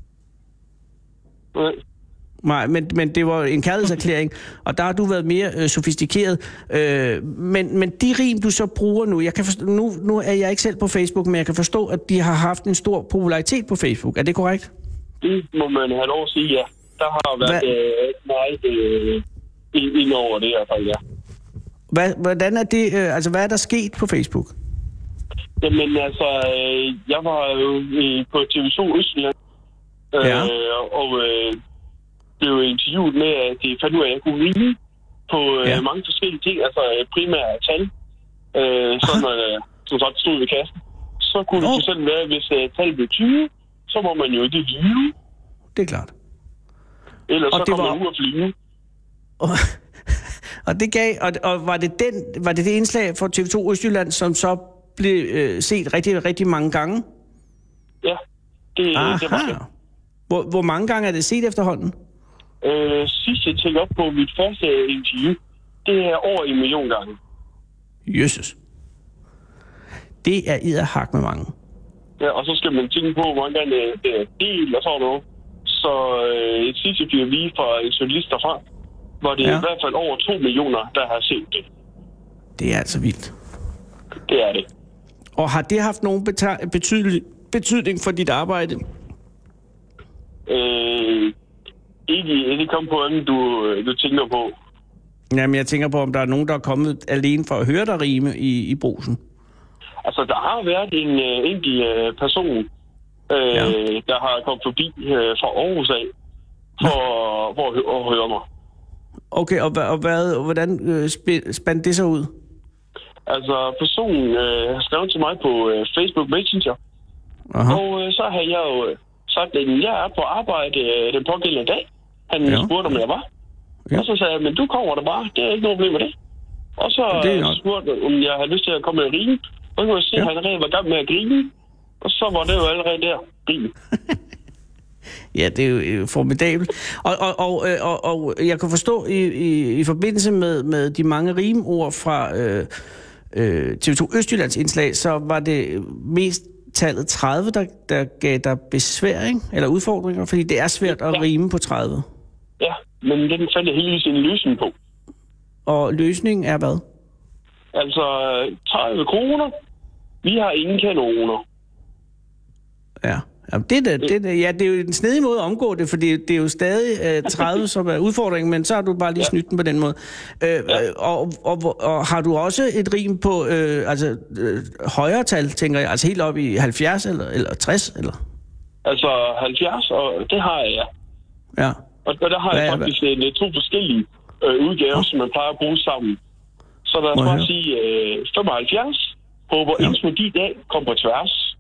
Nej. Nej, men, men det var en kærlighedserklæring, og der har du været mere øh, sofistikeret. Øh, men, men de rim, du så bruger nu, jeg kan forstå, nu, nu er jeg ikke selv på Facebook, men jeg kan forstå, at de har haft en stor popularitet på Facebook. Er det korrekt? Det må man have lov at sige, ja. Der har været øh, meget øh, ind over det i hvert fald, ja. Hvad, hvordan er det, øh, altså hvad er der sket på Facebook? Jamen altså, øh, jeg var jo øh, på T V to Østjylland, øh, ja. og øh, blev interviewet med, at de fandt ud af, at jeg kunne rime på øh, ja. mange forskellige ting, altså primært tal, øh, sådan, øh, som sagt stod ved kassen. Så kunne oh. det sådan være, hvis øh, tallet blev tyve, så må man jo ikke lyve. Det er klart. Ellers og så kom var... man ud og flyve. Og, og det gav, og, og var det den, var det det indslag for T V to Østjylland, som så blev øh, set rigtig, rigtig mange gange? Ja, det, det var det. Hvor, hvor mange gange er det set efterhånden? Øh, sidst jeg tjekkede op på mit første interview, det er over en million gange. Jesus. Det er edderhak med mange. Ja, og så skal man tænke på, hvor mange gange det er del og sådan noget. Så øh, et sidste fire vi fra en journalist derfra, hvor det ja. i hvert fald over to millioner, der har set det. Det er altså vildt. Det er det. Og har det haft nogen beta- betydelig, betydning for dit arbejde? Øh, ikke, det kommer på, hvem du, du tænker på. Jamen, jeg tænker på, om der er nogen, der er kommet alene for at høre dig rime i, i Brugsen. Altså, der har været en uh, enkelt uh, person, uh, ja. der har kommet forbi uh, fra Aarhus af, for, for at, hø- at høre mig. Okay, og, og hvad, hvordan uh, sp- spændte det så ud? Altså, personen uh, har skrevet til mig på uh, Facebook Messenger, aha. og uh, så har jeg jo sagt, at jeg er på arbejde uh, den pågældende dag. Han ja. spurgte, om jeg var. Ja. Og så sagde jeg, men du kommer der bare, det er ikke noget problem med det. Og så spurgte jeg, om jeg havde lyst til at komme med at rime. Og så kunne jeg se, at ja. han allerede var i gang med at grine. Og så var det jo allerede der, grine. Ja, det er jo formidabelt. Og, og, og, og, og jeg kan forstå, i, i, i forbindelse med, med de mange rimeord fra øh, øh, T V to Østjyllands indslag, så var det mest tallet tredive, der, der gav dig besvær, ikke? Eller udfordringer, fordi det er svært at ja. rime på tredive. Ja, men den fandt jeg heldigvis en løsning på. Og løsningen er hvad? Altså, tredive kroner. Vi har ingen kanoner. Ja, Jamen, det, er, det, er, ja, det er jo en snedig måde at omgå det, fordi det er jo stadig uh, tredive, som er udfordringen, men så har du bare lige ja. snydt den på den måde. Uh, ja. og, og, og har du også et rim på uh, altså, uh, højere tal, tænker jeg, altså helt op i halvfjerds eller, eller tres? Eller? Altså halvfjerds, og det har jeg, ja. Ja. Og, og der har hvad, jeg faktisk hvad? to forskellige øh, udgaver, ja. som man plejer at bruge sammen. Så lad os bare sige øh, femoghalvfjerds. Håber ja. ens melodi i dag kom på tværs.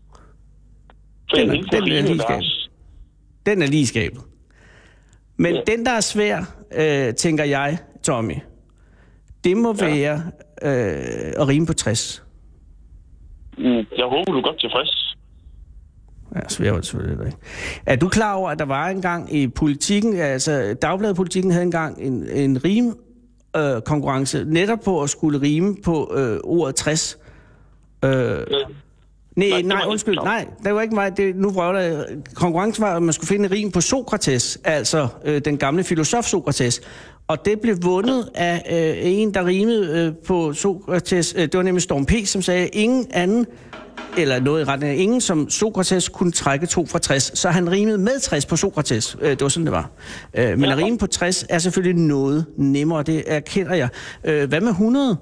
Den er, den, er lige skabet. den er lige skabet. Men ja. den, der er svær, øh, tænker jeg, Tommy, det må ja. være øh, at rime på tres. Mm, jeg håber, du er godt tilfreds. Ja, svært det selvfølgelig ikke. Er du klar over, at der var engang i Politikken, altså Dagbladet Politikken havde engang en, en rim øh, konkurrence netop på at skulle rime på øh, ordet tres? Øh, ja. Nej, nej, nej, undskyld, nej, det var ikke mig. Det, nu prøver jeg. Konkurrencen var, at man skulle finde en rim på Sokrates, altså øh, den gamle filosof Sokrates. Og det blev vundet af øh, en, der rimede øh, på Sokrates. Øh, det var nemlig Storm P., som sagde, ingen anden, eller noget i retning af ingen, som Sokrates kunne trække to fra tres. Så han rimede med tres på Sokrates. Øh, det var sådan, det var. Øh, men at rime på tres er selvfølgelig noget nemmere, det erkender jeg. Øh, hvad med hundrede?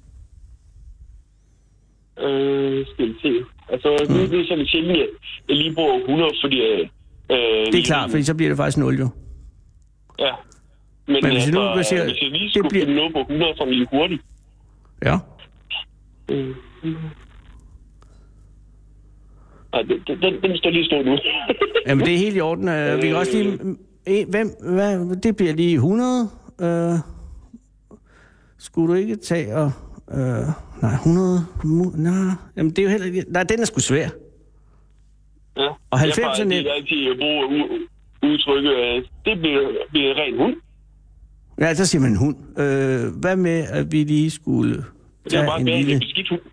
Øh, skal vi se. Altså, mm. det er sådan sjældent, at jeg lige bruger hundrede, fordi... Øh, det er klart, fordi så bliver det faktisk nul, jo. Ja. Men, Men hvis, altså, nu, hvis, jeg, hvis jeg lige skulle bliver... finde noget på hundrede, så lige hurtigt. Ja. Øh, Nej, den, den, den står lige stå nu. Jamen, det er helt i orden. Øh, vi kan også lige... Hvem, hvad, det bliver lige hundrede. Øh, skulle du ikke tage og... Øh, nej, hundrede... Nej, jamen, det er jo heller ikke... Nej, den er sgu svær. Ja. Og halvfems er nemt. Jeg altid bruger udtrykket, det bliver, bliver ren hund. Ja, så siger man hund. Øh, hvad med, at vi lige skulle tage det er bare en lille... en beskidt hund.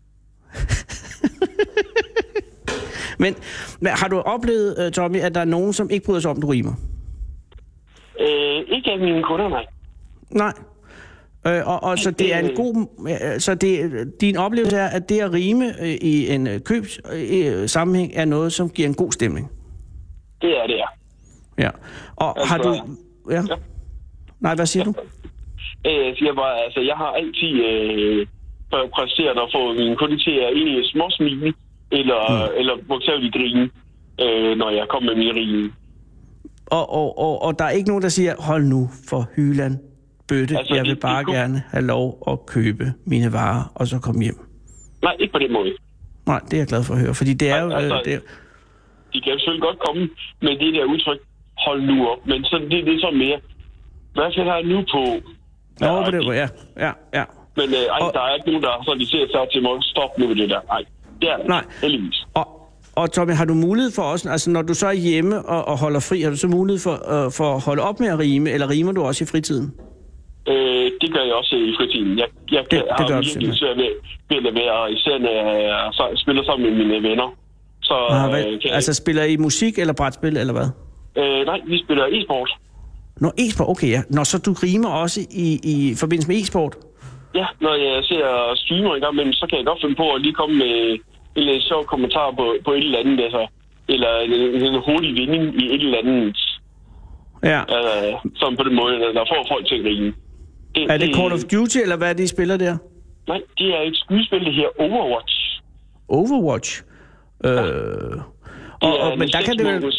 men, men har du oplevet, Tommy, at der er nogen, som ikke bryder sig om, du rimer? Øh, ikke af mine kunder, nej. Nej. Øh, og, og så det er en god... Så det, din oplevelse er, at det at rime i en købssammenhæng er noget, som giver en god stemning? Det er det, ja. Ja. Og altså, har du... Ja. ja. Nej, hvad siger du? Jeg siger bare, altså, jeg har altid øh, præsteret at få mine kunder til at egentlig småsmile, eller, mm. eller bogstaveligt grine, øh, når jeg kommer med mine rime. Og, og, og, og der er ikke nogen, der siger, hold nu for hyland, bøtte, altså, jeg vil bare det, det gerne have lov at købe mine varer, og så komme hjem. Nej, ikke på den måde. Nej, det er jeg glad for at høre, fordi det er jo... Altså, øh, det er... De kan selvfølgelig godt komme med det der udtryk, hold nu op, men så, det, det er så mere... Hvad skal jeg nu på? Nå, ja, på det var, ja, ja, ja. Men øh, ej, og, der er ikke nogen, der så de ser sig til mig, stop nu med det der. Nej, det er nej. heldigvis. Og, Og Tommy, har du mulighed for også, altså når du så er hjemme og, og holder fri, har du så mulighed for, uh, for at holde op med at rime, eller rimer du også i fritiden? Øh, det gør jeg også i fritiden. Jeg, jeg det, har det virkelig svært ved, ved at levere, især når jeg så, spiller sammen med mine venner. Så, ah, hvad, øh, altså spiller I musik eller brætspil, eller hvad? Øh, nej, vi spiller e-sport. Nå, e-sport, okay, ja. Nå, så du rimer også i, i forbindelse med e-sport? Ja, når jeg ser streamer en gang imellem, så kan jeg godt finde på at lige komme med en lidt sjov kommentar på, på et eller andet, altså. Eller en, en hurtig vinding i et eller andet. Ja. Øh, som på den måde, der får folk til at grine. Det, er det, det Call of Duty, eller hvad er det, I spiller der? Nej, det er et skydespil, det her Overwatch. Overwatch? Ja. Øh, og, og, men der kan det vel...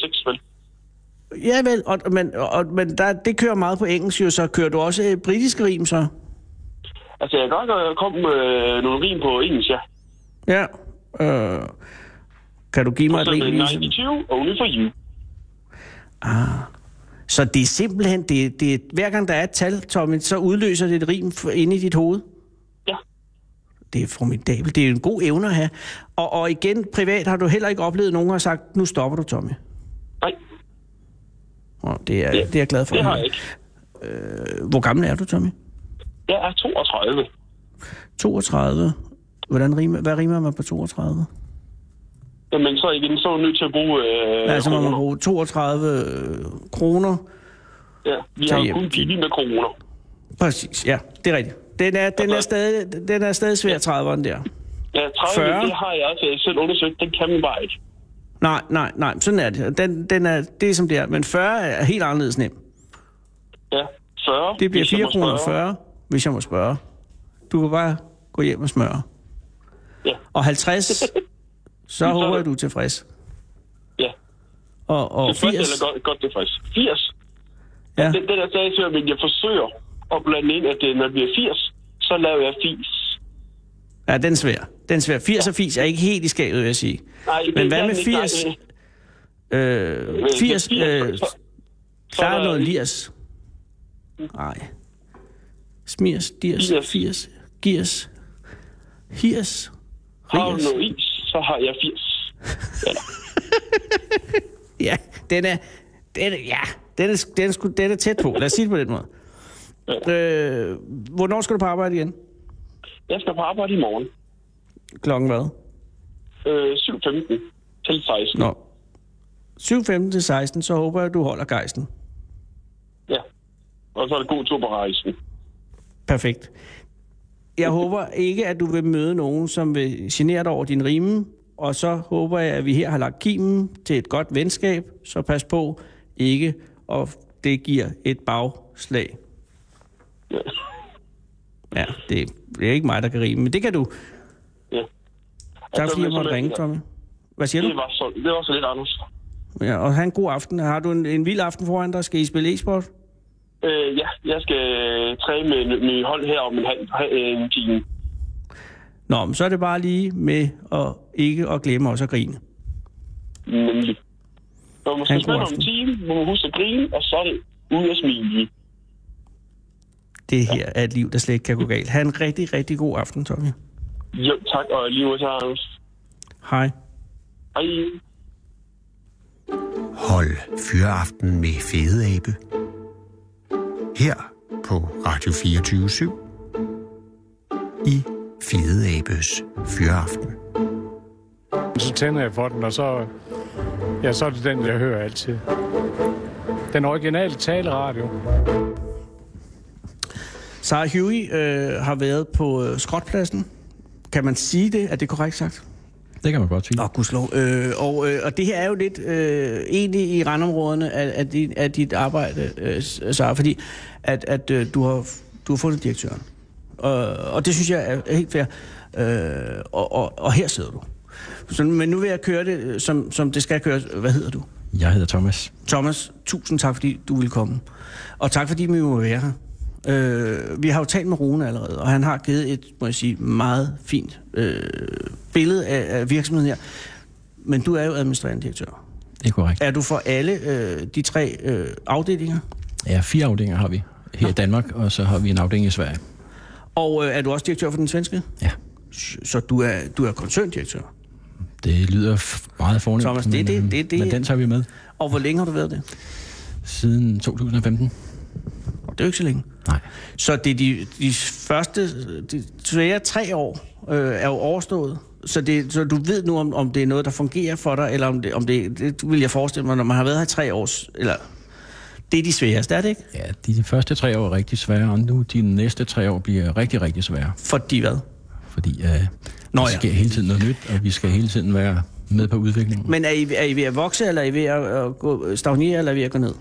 Ja vel, og, men, og, men der, det kører meget på engelsk jo, så kører du også øh, britiske rim så? Altså, jeg kan godt komme med øh, nogle rim på engelsk, ja. Ja. Øh, kan du give mig et rim? nioghalvfems, only for you. Ah. Så det er simpelthen, det, det, hver gang der er et tal, Tommy, så udløser det et rim inde i dit hoved? Ja. Det er formidabelt. Det er en god evne at have. Og, og igen, privat har du heller ikke oplevet, at nogen har sagt, nu stopper du, Tommy? Nej. Oh, det, er, ja, det er jeg glad for. Det har jeg ikke. Øh, hvor gammel er du, Tommy? Jeg er toogtredive. toogtredive. Hvordan rimer, hvad rimer man på toogtredive? Jamen, så igen, så er nødt til at bruge øh, ja, så må man bruge toogtredive øh, kroner. Ja, vi har hjem. kun billigt med kroner. Præcis, ja, det er rigtigt. Den er, den er, stadig, den er stadig svær, trediveren der. Ja, tredive, det har jeg altså selv undersøgt. Den kan man bare ikke. Nej, nej, nej, sådan er det. Den, den er, det er som det er. Men fyrre er helt anderledes nem. Ja, fyrre. Det bliver fire kroner fyrre, hvis jeg må spørge. Du kan bare gå hjem og smøre. Ja. Og halvtreds, så håber jeg, du er tilfreds. Ja. Og, og firs. Eller godt, godt tilfreds. firs. Ja. Den, den der sagde, at jeg forsøger at blande ind, at det, når det bliver firs, så laver jeg fis. Ja, den er svær. Den er svær. firs og fis er ikke helt i skabet, vil jeg sige. Nej, men hvad med firs? Øh, firs, øh, der er noget lirs. Nej. Smirs, dirs, firs, girs, hirs, har du noget is, så har jeg firs. Ja, ja den er, den er, ja, den er, den, er, den er tæt på. Lad os sige det på den måde. Ja. Øh, hvornår skal du på arbejde igen? Jeg skal på arbejde i morgen. Klokken hvad? Øh, syv femten til seksten. Nå. syv femten til seksten, så håber jeg, at du holder gejsten. Ja. Og så er det god tur på rejsen. Perfekt. Jeg håber ikke, at du vil møde nogen, som vil genere dig over din rime, og så håber jeg, at vi her har lagt kimen til et godt venskab, så pas på ikke, og det giver et bagslag. Ja. Ja, det er ikke mig, der kan rime, men det kan du. Ja. Tak fordi jeg måtte ringe, Tommy. Hvad siger det du? Var så, det var så lidt anders. Ja, og have en god aften. Har du en, en vild aften foran dig? Skal I spille e-sport? Øh, ja, jeg skal træne med mit hold her om en halv en time. Nå, men så er det bare lige med at ikke at glemme også at grine. Nemlig. Når man skal spille om en time, må man huske at grine, og så er det ude at smile. Det her er et liv, der slet ikke kan gå galt. Ha' en rigtig, rigtig god aften, Tommy. Jo, tak, og lige til Anders. Hej. Hej. Hold Fyraften med Fede Abe. Her på Radio fireogtyve syv i Fede Abes Fyraften. Så tænder jeg for den, og så, ja, så er det den, jeg hører altid. Den originale taleradio. Sarah Huey øh, har været på øh, skrotpladsen. Kan man sige det? Er det korrekt sagt? Det kan man godt sige. Nå, gudslov. Øh, og, øh, og det her er jo lidt øh, egentlig i randområderne af, af, dit, af dit arbejde, øh, Sarah, fordi at, at øh, du, har, du har fundet direktøren. Og, og det synes jeg er, er helt fair. Øh, og, og, og her sidder du. Så, men nu vil jeg køre det, som, som det skal køres. Hvad hedder du? Jeg hedder Thomas. Thomas, tusind tak, fordi du ville komme. Og tak, fordi vi må være her. Øh, vi har jo talt med Rune allerede, og han har givet et, må jeg sige, meget fint øh, billede af, af virksomheden her. Men du er jo administrerende direktør. Det er korrekt. Er du for alle øh, de tre øh, afdelinger? Ja, fire afdelinger har vi her Nå. i Danmark, og så har vi en afdeling i Sverige. Og øh, er du også direktør for den svenske? Ja. Så du er, du er koncerndirektør? Det lyder f- meget fornemt, Thomas, det, men, det, det, det, men den tager vi med. Og hvor længe har du været det? Siden to tusind og femten. Det er jo ikke så længe. Nej. Så det er de, de første, de svære tre år øh, er jo overstået. Så, det, så du ved nu, om, om det er noget, der fungerer for dig, eller om det, om det, det vil jeg forestille mig, når man har været her i tre år, eller det er de sværeste, er det ikke? Ja, de, de første tre år er rigtig svære, og nu de næste tre år bliver rigtig, rigtig svære. Fordi hvad? Fordi øh, Nå, der ja. sker hele tiden noget nyt, og vi skal hele tiden være med på udviklingen. Men er I, er I ved at vokse, eller er I ved at gå, stagnere, eller er I ved at gå ned?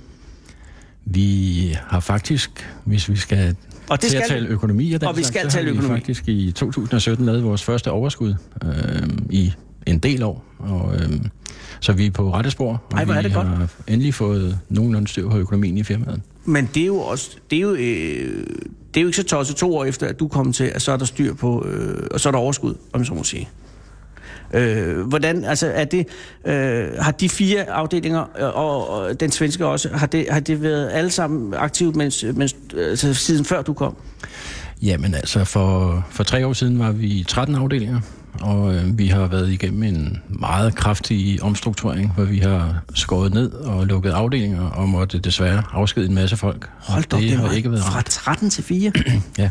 Vi har faktisk, hvis vi skal og det til skal, at tale økonomi, og, den og vi slags, skal så tale har vi økonomi. faktisk i to tusind og sytten lavet vores første overskud øh, i en del år. Og, øh, så vi er på rette spor, og Ej, hvor er det vi godt. har endelig fået nogenlunde styr på økonomien i firmaet. Men det er jo også, det er jo, øh, det er jo ikke så tosset to år efter, at du kom til, at så er der styr på, øh, og så er der overskud, om jeg så må sige. Øh, hvordan, altså er det, øh, har de fire afdelinger, og, og den svenske også, har det, har det været alle sammen aktive, mens, mens, altså, siden før du kom? Jamen altså, for, for tre år siden var vi tretten afdelinger, og øh, vi har været igennem en meget kraftig omstrukturering, hvor vi har skåret ned og lukket afdelinger, og måtte desværre afskedige en masse folk. Hold da, det, det har meget. ikke været Fra ret. tretten til fire? Ja.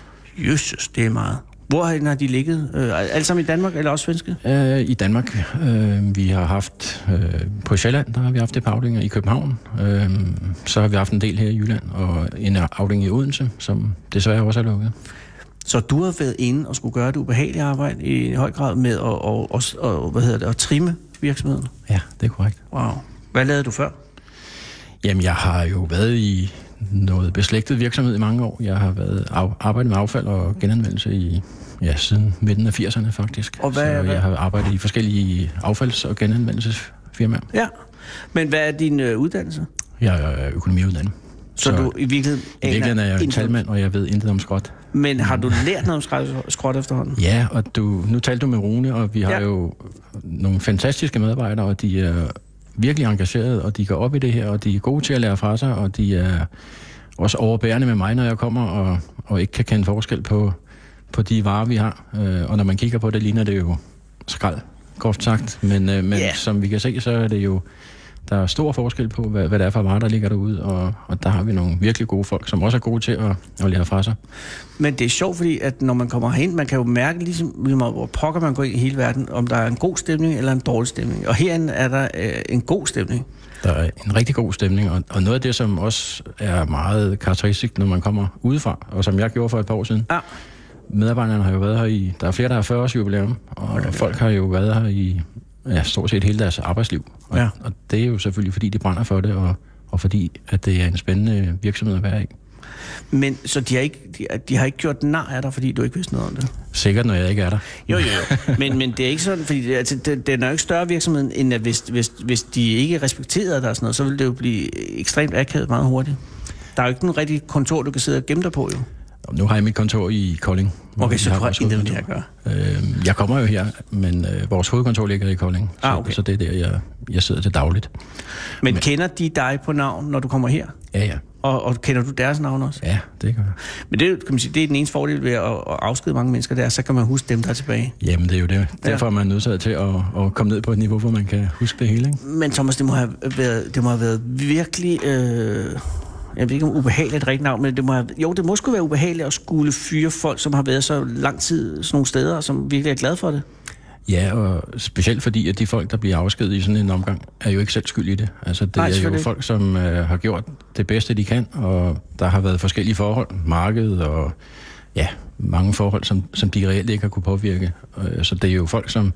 Jesus, det er meget. Hvor har de ligget? Øh, alle sammen i Danmark, eller også svenske? Øh, I Danmark. Øh, vi har haft øh, på Sjælland, der har vi haft et par afdelinger i København. Øh, så har vi haft en del her i Jylland, og en afdeling i Odense, som desværre også er lukket. Så du har været inde og skulle gøre det ubehagelige arbejde i høj grad med at, og, og, og, hvad hedder det, at trimme virksomheden? Ja, det er korrekt. Wow. Hvad lavede du før? Jamen, jeg har jo været i noget beslægtet virksomhed i mange år. Jeg har været af, arbejdet med affald og genanvendelse i ja, siden midten af firserne faktisk. Og hvad, så hvad? jeg har arbejdet i forskellige affalds- og genanvendelsesfirmaer. Ja, men hvad er din øh, uddannelse? Jeg er økonomiuddannet. Så, så du i virkeligheden... I virkeligheden er jeg en talmand, og jeg ved intet om skrot. Men har du lært noget om skrot efterhånden? Ja, og du, nu talte du med Rune, og vi har ja. jo nogle fantastiske medarbejdere, og de er virkelig engagerede, og de går op i det her, og de er gode til at lære fra sig, og de er også overbærende med mig, når jeg kommer, og, og ikke kan kende forskel på, på de varer, vi har. Og når man kigger på det, ligner det jo skrald, groft sagt. Men, men yeah. som vi kan se, så er det jo, der er stor forskel på, hvad, hvad det er for varer, der ligger derude, og, og der har vi nogle virkelig gode folk, som også er gode til at, at lære fra sig. Men det er sjovt, fordi at når man kommer hen, man kan jo mærke, ligesom, hvor pokker man går ind i hele verden, om der er en god stemning eller en dårlig stemning. Og herinde er der øh, en god stemning. Der er en rigtig god stemning, og, og noget af det, som også er meget karakteristisk, når man kommer udefra, og som jeg gjorde for et par år siden. Ja. Medarbejderne har jo været her i... Der er flere, der har fyrre års jubilæum, og okay. folk har jo været her i ja, stort set hele deres arbejdsliv. Og, ja. og det er jo selvfølgelig, fordi de brænder for det, og, og fordi, at det er en spændende virksomhed at være i. Men så de har ikke, de, de har ikke gjort nar af dig, fordi du ikke vidste noget om det? Sikkert, når jeg ikke er der. Jo, jo, jo. Men, men det er ikke sådan, fordi altså, det, det er jo ikke større virksomhed, end at hvis, hvis, hvis de ikke respekterede dig og sådan noget, så ville det jo blive ekstremt akavet meget hurtigt. Der er jo ikke nogen rigtig kontor, du kan sidde og gemme dig på, jo. Nu har jeg mit kontor i Kolding. Okay, så du har intet med det at gøre. Øh, jeg kommer jo her, men øh, vores hovedkontor ligger i Kolding, så, ah, okay. så det er der, jeg, jeg sidder til dagligt. Men, men kender de dig på navn, når du kommer her? Ja, ja. Og, og kender du deres navn også? Ja, det gør jeg. Men det, kan man sige, det er den eneste fordel ved at, at afskede mange mennesker der, så kan man huske dem, der er tilbage. Jamen, det er jo det. Derfor er man nødt til at, at komme ned på et niveau, hvor man kan huske det hele, ikke? Men Thomas, det må have været, det må have været virkelig... Øh Jeg ved ikke om ubehageligt er et rigtigt navn, men det må have, jo, det må sgu være ubehageligt at skulle fyre folk, som har været så lang tid sådan nogle steder, og som virkelig er glade for det. Ja, og specielt fordi, at de folk, der bliver afskediget i sådan en omgang, er jo ikke selv skyld i det. Altså, det Nej, er jo folk, som øh, har gjort det bedste, de kan, og der har været forskellige forhold, markedet og ja, mange forhold, som, som de reelt ikke har kunne påvirke. Så det er jo folk, som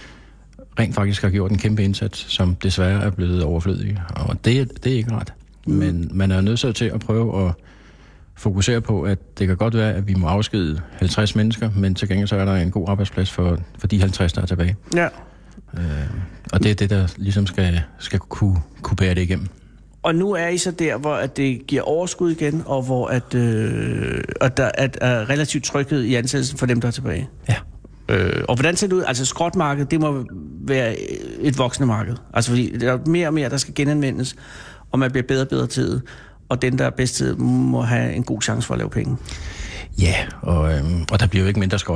rent faktisk har gjort en kæmpe indsats, som desværre er blevet overflødige, og det, det er ikke ret. Mm. Men man er nødt til at prøve at fokusere på, at det kan godt være, at vi må afskede halvtreds mennesker, men til gengæld så er der en god arbejdsplads for, for de halvtreds, der er tilbage. Ja. Øh, og det er det, der ligesom skal, skal kunne, kunne bære det igennem. Og nu er I så der, hvor at det giver overskud igen, og hvor at, øh, at der er, er relativt tryghed i ansættelsen for dem, der er tilbage. Ja. Øh, og hvordan ser det ud? Altså skrotmarkedet, det må være et voksende marked. Altså fordi der er mere og mere, der skal genanvendes, og man bliver bedre og bedre tid, og den, der er bedst tid, må have en god chance for at lave penge. Ja, og, øhm, og der bliver jo ikke mindre skrot.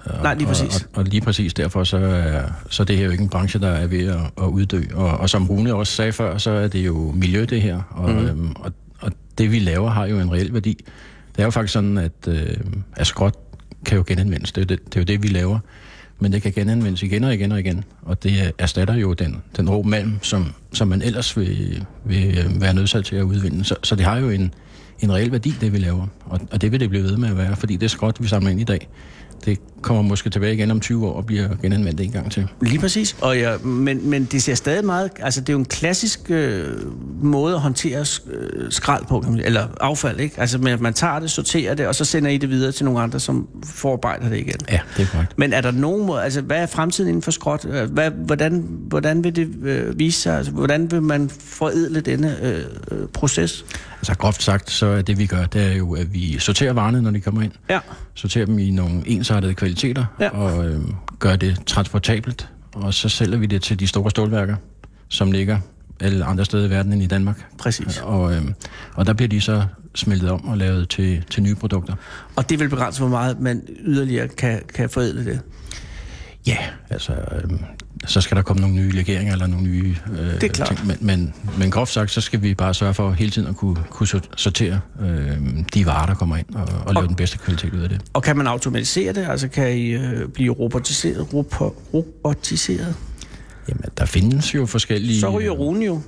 Og, Nej, lige præcis. Og, og, og lige præcis derfor, så er så er det her jo ikke en branche, der er ved at, at uddø. Og, og som Rune også sagde før, så er det jo miljø, det her. Og, mm. øhm, og, og det, vi laver, har jo en reel værdi. Det er jo faktisk sådan, at, øh, at skrot kan jo genanvendes. Det er, det, det er jo det, vi laver. Men det kan genanvendes igen og igen og igen. Og det erstatter jo den, den rå malm, som, som man ellers vil, vil være nødsaget til at udvinde. Så, så det har jo en, en reel værdi, det vi laver. Og, og det vil det blive ved med at være, fordi det skrot, vi samler ind i dag, det kommer måske tilbage igen om tyve år og bliver genanvendt en gang til. Lige præcis. Og ja, men, men det ser stadig meget... Altså, det er jo en klassisk øh, måde at håndtere øh, skrald på, eller affald, ikke? Altså, man, man tager det, sorterer det, og så sender I det videre til nogle andre, som forarbejder det igen. Ja, det er korrekt. Men er der nogen måde... Altså, hvad er fremtiden inden for skrot? Hvad, hvordan, hvordan vil det øh, vise sig? Altså, hvordan vil man forædle denne øh, proces? Altså, groft sagt, så er det, vi gør, det er jo, at vi sorterer varerne, når de kommer ind. Ja. Sorterer dem i nogle ensartede kvaliteter, ja. og øh, gør det transportabelt. Og så sælger vi det til de store stålværker, som ligger alle andre steder i verden end i Danmark. Præcis. Og, øh, og der bliver de så smeltet om og lavet til, til nye produkter. Og det vil begrænse, hvor meget man yderligere kan, kan forædle det? Ja, altså... Øh, så skal der komme nogle nye legeringer eller nogle nye øh, det er klart. ting. Men, men, men groft sagt, så skal vi bare sørge for hele tiden at kunne, kunne sortere øh, de varer, der kommer ind, og, og, og lave den bedste kvalitet ud af det. Og kan man automatisere det? Altså kan I øh, blive robotiseret? Robo, robotiseret? Jamen, der findes jo forskellige... Så ryger Rune jo.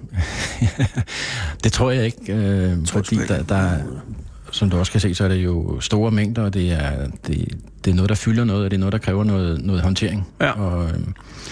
Det tror jeg ikke, øh, tror fordi der, der, som du også kan se, så er det jo store mængder, og det er, det, det er noget, der fylder noget, og det er noget, der kræver noget, noget håndtering. Ja. Og, øh,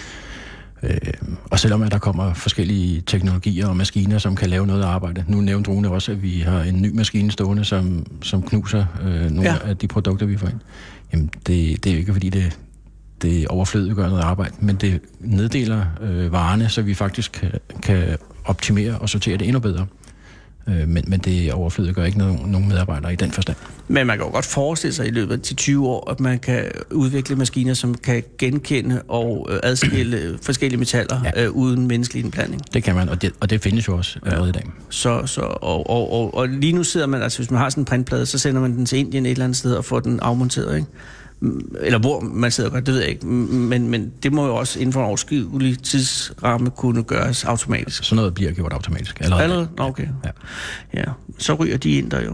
Øh, og selvom at der kommer forskellige teknologier og maskiner, som kan lave noget arbejde. Nu nævnte Rune også, at vi har en ny maskine stående, som, som knuser øh, nogle ja. af de produkter, vi får ind. Jamen, det, det er jo ikke, fordi det, det overflødigt gør noget arbejde, men det neddeler øh, varerne, så vi faktisk kan, kan optimere og sortere det endnu bedre. Men, men det overflødigt gør ikke nogen, nogen medarbejdere i den forstand. Men man kan jo godt forestille sig i løbet af de tyve år, at man kan udvikle maskiner, som kan genkende og adskille forskellige metaller ja. øh, uden menneskelig indblanding. Det kan man, og det, og det findes jo også allerede ja. i dag. Så, så, og, og, og, og lige nu sidder man, altså hvis man har sådan en printplade, så sender man den til Indien et eller andet sted og får den afmonteret, ikke? Eller hvor man sidder godt, det ved jeg ikke. Men, men det må jo også inden for en overskydelig tidsramme kunne gøres automatisk. Sådan noget bliver gjort automatisk. Allerede. Allerede? Okay. Ja. Ja. Så ryger de ind der jo.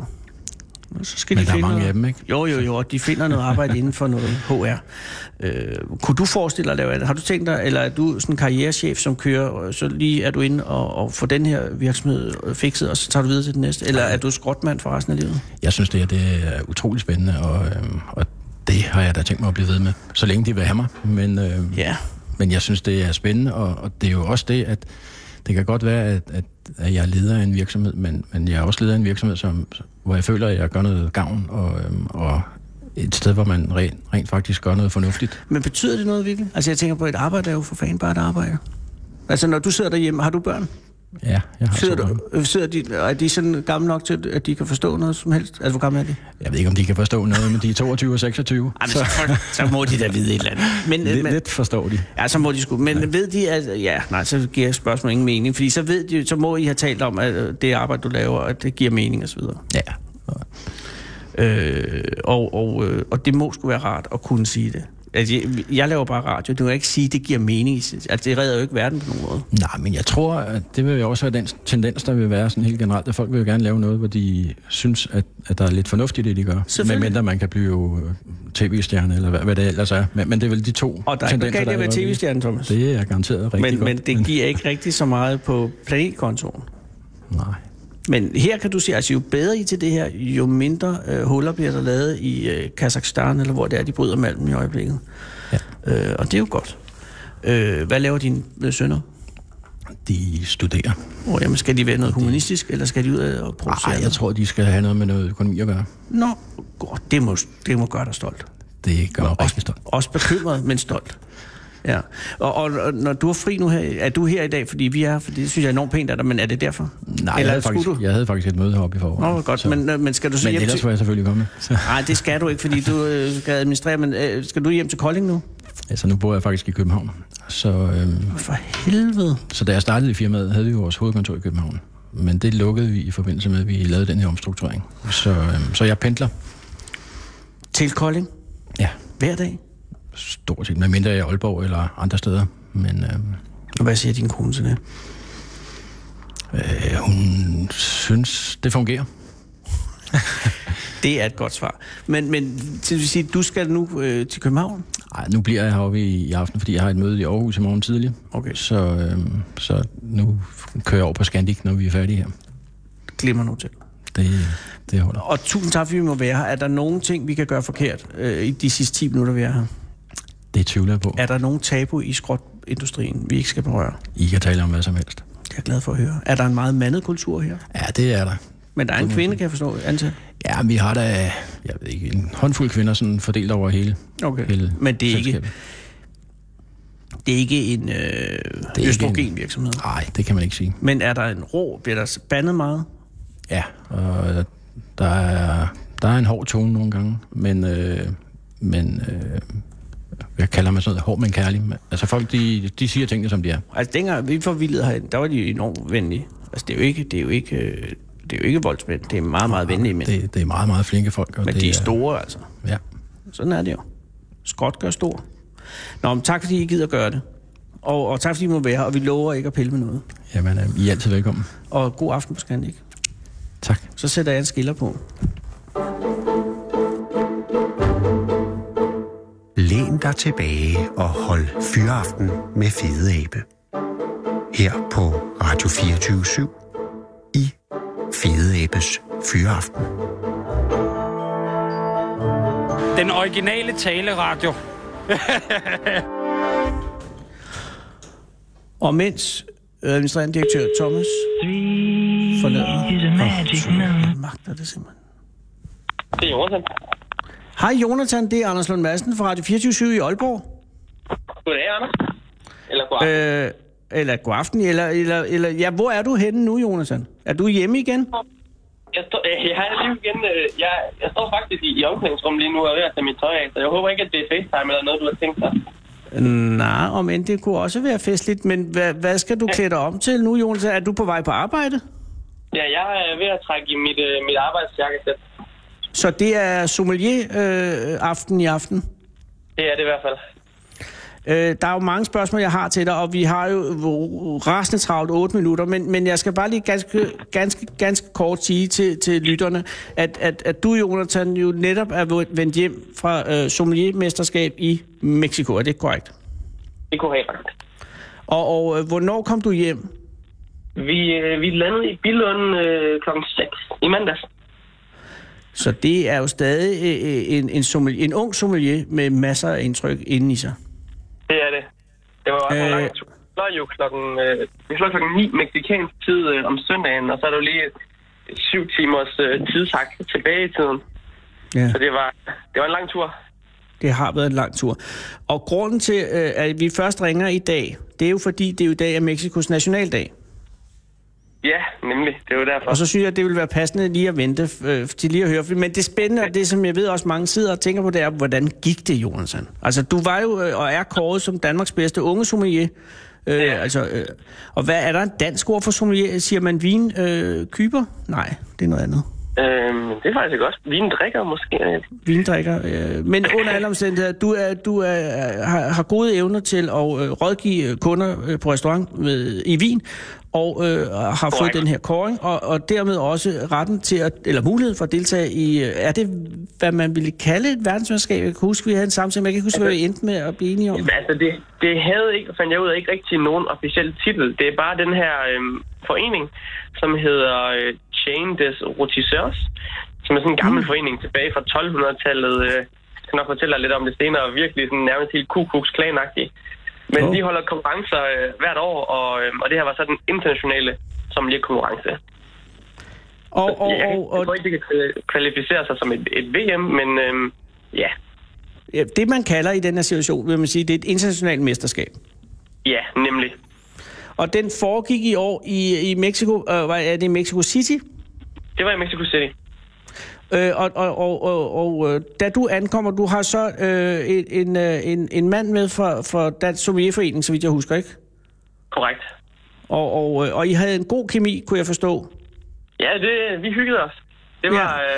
Så skal men de der finde er mange noget... af dem, ikke? Jo, jo, jo, og de finder noget arbejde inden for noget H R. Øh, kunne du forestille dig at lave det? Har du tænkt dig, eller er du sådan en karrierechef, som kører, så lige er du inde og, og får den her virksomhed fikset, og så tager du videre til den næste? Eller er du skrotmand for resten af livet? Jeg synes, det, her, det er utroligt spændende, og, øhm, og det har jeg da tænkt mig at blive ved med, så længe de vil have mig. Men, øh, ja. men jeg synes, det er spændende, og, og det er jo også det, at det kan godt være, at, at, at jeg er leder af en virksomhed, men, men jeg er også leder af en virksomhed, som, hvor jeg føler, at jeg gør noget gavn, og, øhm, og et sted, hvor man rent, rent faktisk gør noget fornuftigt. Men betyder det noget virkelig? Altså jeg tænker på, et arbejde er jo for fanden bare et arbejde. Altså når du sidder derhjemme, har du børn? Ja, jeg har sidder, du, sidder de, er de sådan gamle nok til, at de kan forstå noget som helst? Altså, hvor gamle er de? Jeg ved ikke, om de kan forstå noget, men de er toogtyve og seksogtyve. Ej, så, så må de da vide et eller andet. Men, lidt, men, lidt forstår de. Ja, så må de sgu. Men ja. ved de, at... Ja, nej, så giver spørgsmålet ingen mening. Fordi så ved de, så må I have talt om, at det arbejde, du laver, at det giver mening og så videre. Ja. Øh, og, og, og det må sgu være rart at kunne sige det. Altså, jeg, jeg laver bare radio. Du kan ikke sige, at det giver mening. Altså, det redder jo ikke verden på nogen måde. Nej, men jeg tror, at det vil jo også være den tendens, der vil være sådan helt generelt, at folk vil jo gerne lave noget, hvor de synes, at, at der er lidt fornuftigt det, de gør. Medmindre man kan blive tv-stjerne, eller hvad, hvad det ellers er. Men, men det er vel de to og der tendenser, der er. Og der er ikke være tv-stjerne, Thomas. Det er garanteret rigtig men, godt. Men det giver ikke rigtig så meget på planetkontoen. Nej. Men her kan du sige, altså jo bedre I til det her, jo mindre øh, huller bliver der lavet i øh, Kazakhstan, eller hvor det er, de bryder malmen i øjeblikket. Ja. Øh, og det er jo godt. Øh, hvad laver dine øh, sønner? De studerer. Oh, jamen, skal de være noget humanistisk, eller skal de ud og producere? Nej, jeg tror, de skal have noget med noget økonomi at gøre. Nå, godt. Det må, det må gøre dig stolt. Det gør mig rigtig stolt. Også bekymret, men stolt. Ja, og, og, og når du er fri nu her, er du her i dag, fordi vi er, fordi det synes jeg er enormt pænt af dig, men er det derfor? Nej, jeg havde, faktisk, jeg havde faktisk et møde heroppe i forvejen. Nå, godt, så. men, men skal du så men hjem til... Men ellers var jeg selvfølgelig komme. Nej, det skal du ikke, fordi du øh, skal administrere, men øh, skal du hjem til Kolding nu? Altså, nu bor jeg faktisk i København. Så, øhm, for helvede. Så da jeg startede i firmaet, havde vi jo vores hovedkontor i København. Men det lukkede vi i forbindelse med, at vi lavede den her omstrukturering. Så, øhm, så jeg pendler. Til Kolding? Ja. Hver dag? Stort set, med mindre i Aalborg eller andre steder. Men, øh, og hvad siger din kone til det? Øh, hun synes, det fungerer. Det er et godt svar. Men, men til at sige, du skal nu øh, til København? Nej, nu bliver jeg heroppe i, i aften, fordi jeg har et møde i Aarhus i morgen tidlig. Okay. Så, øh, så nu kører jeg over på Scandic, når vi er færdige her. Glimmer nu til. Det, det holder. Og tusind tak, fordi vi må være her. Er der nogen ting, vi kan gøre forkert øh, i de sidste ti minutter, vi er her? Det tvivler jeg på. Er der nogen tabu i skrotindustrien, vi ikke skal berøre? I kan tale om hvad som helst. Det er jeg glad for at høre. Er der en meget mandet kultur her? Ja, det er der. Men der er en kvinde, kan jeg forstå, Ante? Ja, vi har da, jeg ved ikke, en håndfuld kvinder sådan fordelt over hele. Okay, hele men det er ikke, det er ikke en øh, østrogenvirksomhed? Nej, det kan man ikke sige. Men er der en rå, bliver der bandet meget? Ja, og der er, der er en hård tone nogle gange, men, øh, men øh, hvad kalder man sådan noget, hård men kærlig. Altså folk, de, de siger tingene, som de er. Altså dengang vi forvildede herinde, der var de enormt venlige. Altså det er jo ikke, det er jo ikke, det er jo ikke voldsmænd, det er meget, meget venlige mænd. Det, det er meget, meget flinke folk. Og men det de er store, altså. Ja. Sådan er det jo. Skråt gør stor. Nå, men tak fordi I gider gøre det. Og, og tak fordi I må være her, og vi lover ikke at pille med noget. Jamen, øh, I er altid velkommen. Og god aften på Scandic. Tak. Så sætter jeg en skiller på. Læn dig tilbage og hold fyraften med Fede Abe. Her på Radio fireogtyve syv i Fede Abes Fyraften. Den originale taleradio. Og mens administrerende direktør Thomas forlader, og magter det simpelthen. Det er Jonathan. Hej Jonathan, det er Anders Lund Madsen fra Radio fireogtyve syv i Aalborg. Goddag, Anders. Eller god aften. Øh, eller god aften, eller, eller, eller... Ja, hvor er du henne nu, Jonathan? Er du hjemme igen? Jeg, står, jeg er lige igen. Jeg, jeg står faktisk i, i omklædningsrummet lige nu og er ved at tage mit tøj af, så jeg håber ikke, at det er FaceTime eller noget, du har tænkt dig. Nej, om end det kunne også være festligt, men hvad, hvad skal du klæde dig om til nu, Jonathan? Er du på vej på arbejde? Ja, jeg er ved at trække i mit, uh, mit arbejdsjakkesæt. Så det er sommelier-aften øh, i aften? Det er det i hvert fald. Øh, der er jo mange spørgsmål, jeg har til dig, og vi har jo rasende travlt otte minutter, men, men jeg skal bare lige ganske, ganske, ganske kort sige til, til lytterne, at, at, at du, Jonathan, jo netop er vendt hjem fra øh, sommeliermesterskab i Mexico. Er det korrekt? Det er korrekt. Og, og øh, hvornår kom du hjem? Vi, øh, vi landede i Billund øh, klokken seks i mandags. Så det er jo stadig øh, en, en, sommelier, en ung sommelier med masser af indtryk inden i sig. Det er det. Det var også øh... en lang tur. Vi fløj jo klokken, øh, vi fløj klokken ni mexicansk tid øh, om søndagen, og så er der jo lige et, et syv timers øh, tidshak tilbage i tiden. Ja. Så det var, det var en lang tur. Det har været en lang tur. Og grunden til, øh, at vi først ringer i dag, det er jo fordi, det er jo i dag er Mexikos nationaldag. Ja, nemlig. Det er jo derfor. Og så synes jeg, at det vil være passende lige at vente øh, til lige at høre. Men det spændende, og det som jeg ved også mange sidder og tænker på, det er, hvordan gik det, Jonathan? Altså, du var jo øh, og er kåret som Danmarks bedste unge sommelier. Øh, ja. Altså, øh, og hvad er der en dansk ord for sommelier? Siger man vin øh, kyber? Nej, det er noget andet. Øhm, det er faktisk også. Vindrikker måske. Vindrikker. Øh, men under alle omstændigheder, du, er, du er, har, har gode evner til at øh, rådgive kunder øh, på restaurant med, i Wien, og øh, har Correct. fået den her kåring, og, og dermed også retten til at, eller mulighed for at deltage i, er det, hvad man ville kalde et verdensmesterskab? Jeg kan huske, vi havde en samtale, men jeg kan ikke huske, hvad vi endte med at blive enige om. Altså, det, det havde ikke, fandt jeg ud af, ikke rigtig nogen officiel titel. Det er bare den her øh, forening, som hedder øh, Chain des Rotisseurs, som er sådan en gammel mm. forening tilbage fra tolv-hundrede-tallet. Øh, jeg skal nok fortælle dig lidt om det senere, virkelig sådan nærmest helt Ku Klux Klan-agtigt. Men oh. de holder konkurrencer øh, hvert år, og, øh, og det her var så den internationale sommelier-konkurrence. Og, og, jeg, og, og, jeg tror ikke, det kan kvalificere sig som et, et V M, men øh, ja. Det, man kalder i den her situation, vil man sige, det er et internationalt mesterskab. Ja, nemlig. Og den foregik i år i, i Mexico, øh, er det i Mexico City? Det var i Mexico City. Øh, og, og, og, og, og da du ankommer, du har så øh, en, en, en mand med fra, fra Dansk Sommelierforening, så vidt jeg husker, ikke? Korrekt. Og, og, og I havde en god kemi, kunne jeg forstå? Ja, det, vi hyggede os. Det var, ja. øh,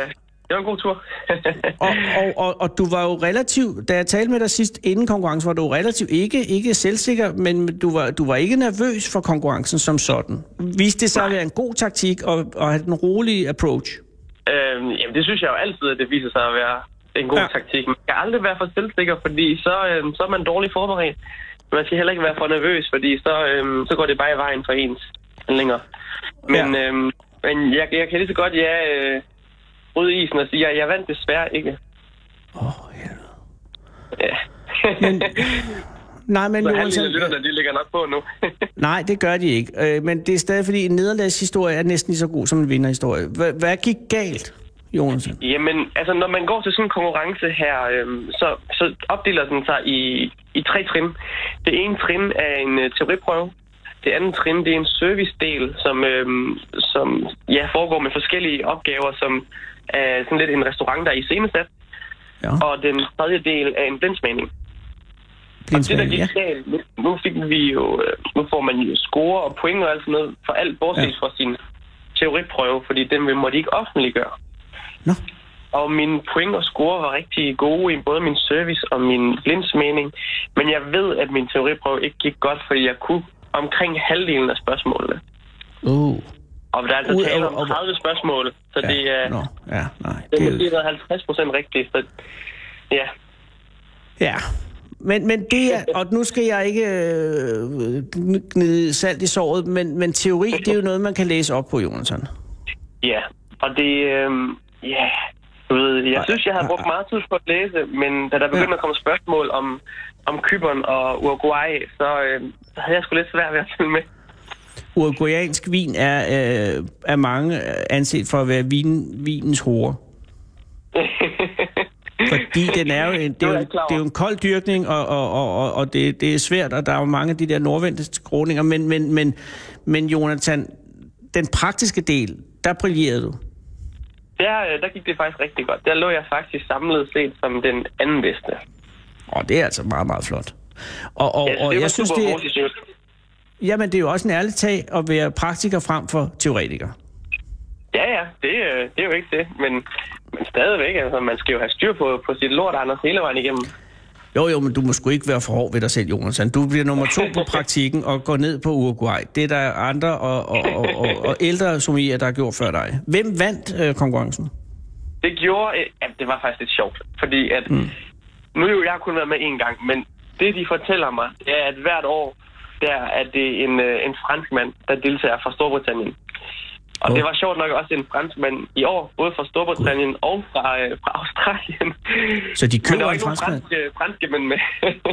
det var en god tur. og, og, og, og du var jo relativt, da jeg talte med dig sidst inden konkurrencen, var du relativt ikke, ikke selvsikker, men du var, du var ikke nervøs for konkurrencen som sådan. Viste det sig at være en god taktik og, og have den rolige approach? Øhm, jamen, det synes jeg jo altid, at det viser sig at være en god ja. taktik. Man kan aldrig være for selvsikker, fordi så, øhm, så er man dårligt forberedt. Man skal heller ikke være for nervøs, fordi så, øhm, så går det bare i vejen for ens handlinger. Men, ja. øhm, men jeg, jeg kan lige så godt, ja... Øh, rydde isen og sige, at jeg vandt desværre ikke. Åh, oh, helvede. Ja. Men, nej, men... Så halvdelen af lytterne, de ligger nok på nu. Nej, det gør de ikke. Men det er stadig, fordi en nederlagshistorie er næsten lige så god som en vinderhistorie. Hvad, hvad gik galt, Jonathan? Jamen, altså, når man går til sådan en konkurrence her, øhm, så, så opdeler den sig i, i tre trin. Det ene trin er en uh, teoriprøve. Det andet trin, det er en servicedel, som, øhm, som ja, foregår med forskellige opgaver, som er sådan lidt en restaurant, der er iscenesat. Ja. Og den tredje del er en blindsmagning. Blindsmagning, det, der gik galt, nu, nu fik vi jo, nu får man jo score og point og alt sådan noget for alt, bortset ja. fra sin teoriprøve, fordi den må de ikke offentliggøre. Nå. Og mine point og score var rigtig gode i både min service og min blindsmagning. Men jeg ved, at min teoriprøve ikke gik godt, fordi jeg kunne omkring halvdelen af spørgsmålene. Uh. Og der er altså tale om tredive spørgsmål, så ja, det er... No. Ja, nej. Det er måske halvtreds procent rigtigt, så... Ja. Ja. Men, men det er... Og nu skal jeg ikke øh, gnide salt i såret, men, men teori, det er jo noget, man kan læse op på, Jonathan. Ja, og det... Øh, ja... Du ved, jeg synes, jeg har brugt meget tid på at læse, men da der begyndte ja. at komme spørgsmål om, om Cypern og Uruguay, så, øh, så havde jeg sgu lidt svært ved at følge med. Uruguayansk vin er, øh, er mange anset for at være vin, vinens hore. Fordi den er jo en, det er jo, det er jo en kold dyrkning, og, og, og, og det, det er svært, og der er jo mange af de der nordvendte skråninger, men, men, men, men Jonathan, den praktiske del, der brillerede du. Der, der gik det faktisk rigtig godt. Der lå jeg faktisk samlet set som den anden bedste. Og det er altså meget, meget flot. Og, og, ja, og det jeg synes, det er... Jamen, det er jo også en ærlig tag at være praktiker frem for teoretiker. Ja, ja, det, det er jo ikke det. Men, men stadigvæk, altså, man skal jo have styr på, på sit lort, Anders, hele vejen igennem. Jo, jo, men du må sgu ikke være for hård ved dig selv, Jonathan. Du bliver nummer to på praktikken og går ned på Uruguay. Det er der andre og, og, og, og, og ældre sommelier, der har gjort før dig. Hvem vandt øh, konkurrencen? Det gjorde... Ja, det var faktisk lidt sjovt, fordi at... Mm. Nu er jo jeg kun været med én gang, men det, de fortæller mig, det er, at hvert år, der er det en, en franskmand, der deltager fra Storbritannien. Og oh. det var sjovt nok også en franskmand i år, både fra Storbritannien God. og fra, øh, fra Australien. Så de køber en franskmand? Men der var ikke nogen franske, franske mænd med.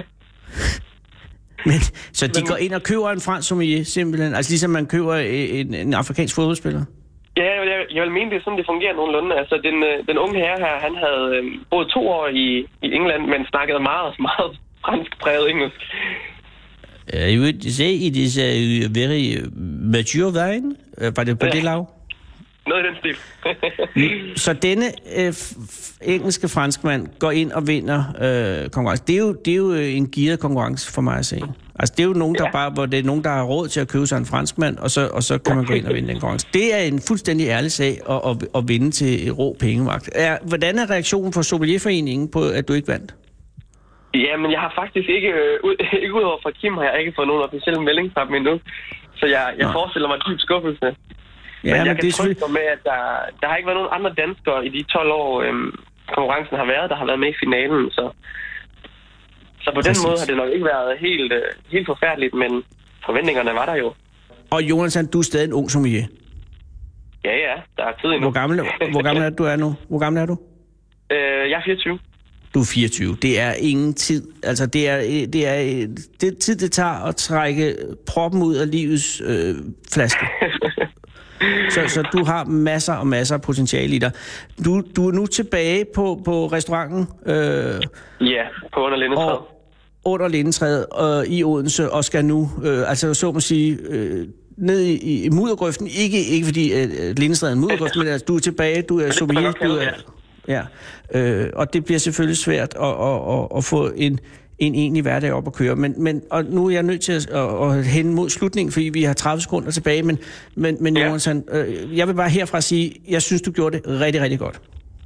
Men, så de Men, går ind og køber en fransk sommelier, simpelthen? Altså ligesom man køber en, en afrikansk fodboldspiller? Ja, jeg, jeg vil mene, det er sådan, det fungerer nogenlunde. Altså, den, den unge herre her, han havde øh, boet to år i, i England, men snakkede meget, meget fransk præget engelsk. I would say it is a very mature wine. Var det på ja. det lav? Noget i den stil. Så denne øh, f- engelske franskmand går ind og vinder øh, konkurrence. Det er, jo, det er jo en gearet konkurrence for mig at se. Altså det er jo nogen, der ja. bare, hvor det er nogen, der har råd til at købe sig en franskmand, og så, og så kan man gå ind og vinde den konkurrence. Det er en fuldstændig ærlig sag at, at, at vinde til rå pengemagt. Er, hvordan er reaktionen fra Sommelierforeningen på, at du ikke vandt? Ja, men jeg har faktisk ikke, øh, ud, ikke udover fra Kim, har jeg ikke fået nogen officielle melding fra dem endnu. Så jeg, jeg forestiller mig dyb skuffelse. Ja, men jeg men kan det trøste mig med, at der, der har ikke været nogen andre danskere i de tolv år, øhm, konkurrencen har været, der har været med i finalen. Så, så på Præcis. den måde har det nok ikke været helt, øh, helt forfærdeligt, men forventningerne var der jo. Og Jonathan, du er stadig en ung sommelier. Ja, ja, der er tid endnu. Hvor gammel, hvor gammel er du er nu? Hvor gammel er du? Øh, jeg er fireogtyve. Du er fireogtyve. Det er ingen tid. Altså, det er, det er det tid, det tager at trække proppen ud af livets øh, flaske. så, så du har masser og masser af potentiale i dig. Du, du er nu tilbage på, på restauranten. Øh, ja, på Under Lindetræet. Under Lindetræet øh, i Odense, og skal nu, øh, altså så må sige, øh, ned i, i muddergrøften. Ikke, ikke fordi øh, Lindetræet er en muddergrøft, men altså, du er tilbage, du er sommelier, du er... Ja, øh, og det bliver selvfølgelig svært at, at, at, at få en, en egentlig hverdag op at køre. Men, men og nu er jeg nødt til at, at, at hænde mod slutningen, fordi vi har tredive sekunder tilbage. Men, men, men ja. Jonathan, øh, jeg vil bare herfra sige, jeg synes, du gjorde det rigtig, rigtig godt.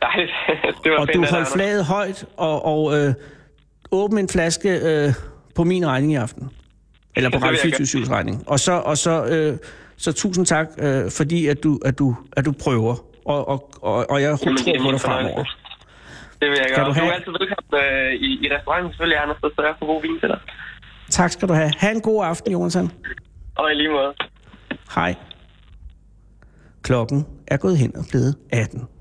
Dejligt. Det var og pænt, du holdt flaget højt og, og øh, åbne en flaske øh, på min regning i aften. Eller på Radio fireogtyve syv's regning. Og så, og så, øh, så tusind tak, øh, fordi at du, at du, at du prøver. Og, og, og, og jeg Jamen, tror på dig fremover. Det vil jeg skal gøre. Du, have... du er altid velkommen øh, i, i restauranten, selvfølgelig, Anders, så sørger for god vin til dig. Tak skal du have. Ha' en god aften, Jonathan. Og i lige måde. Hej. Klokken er gået hen og blevet atten.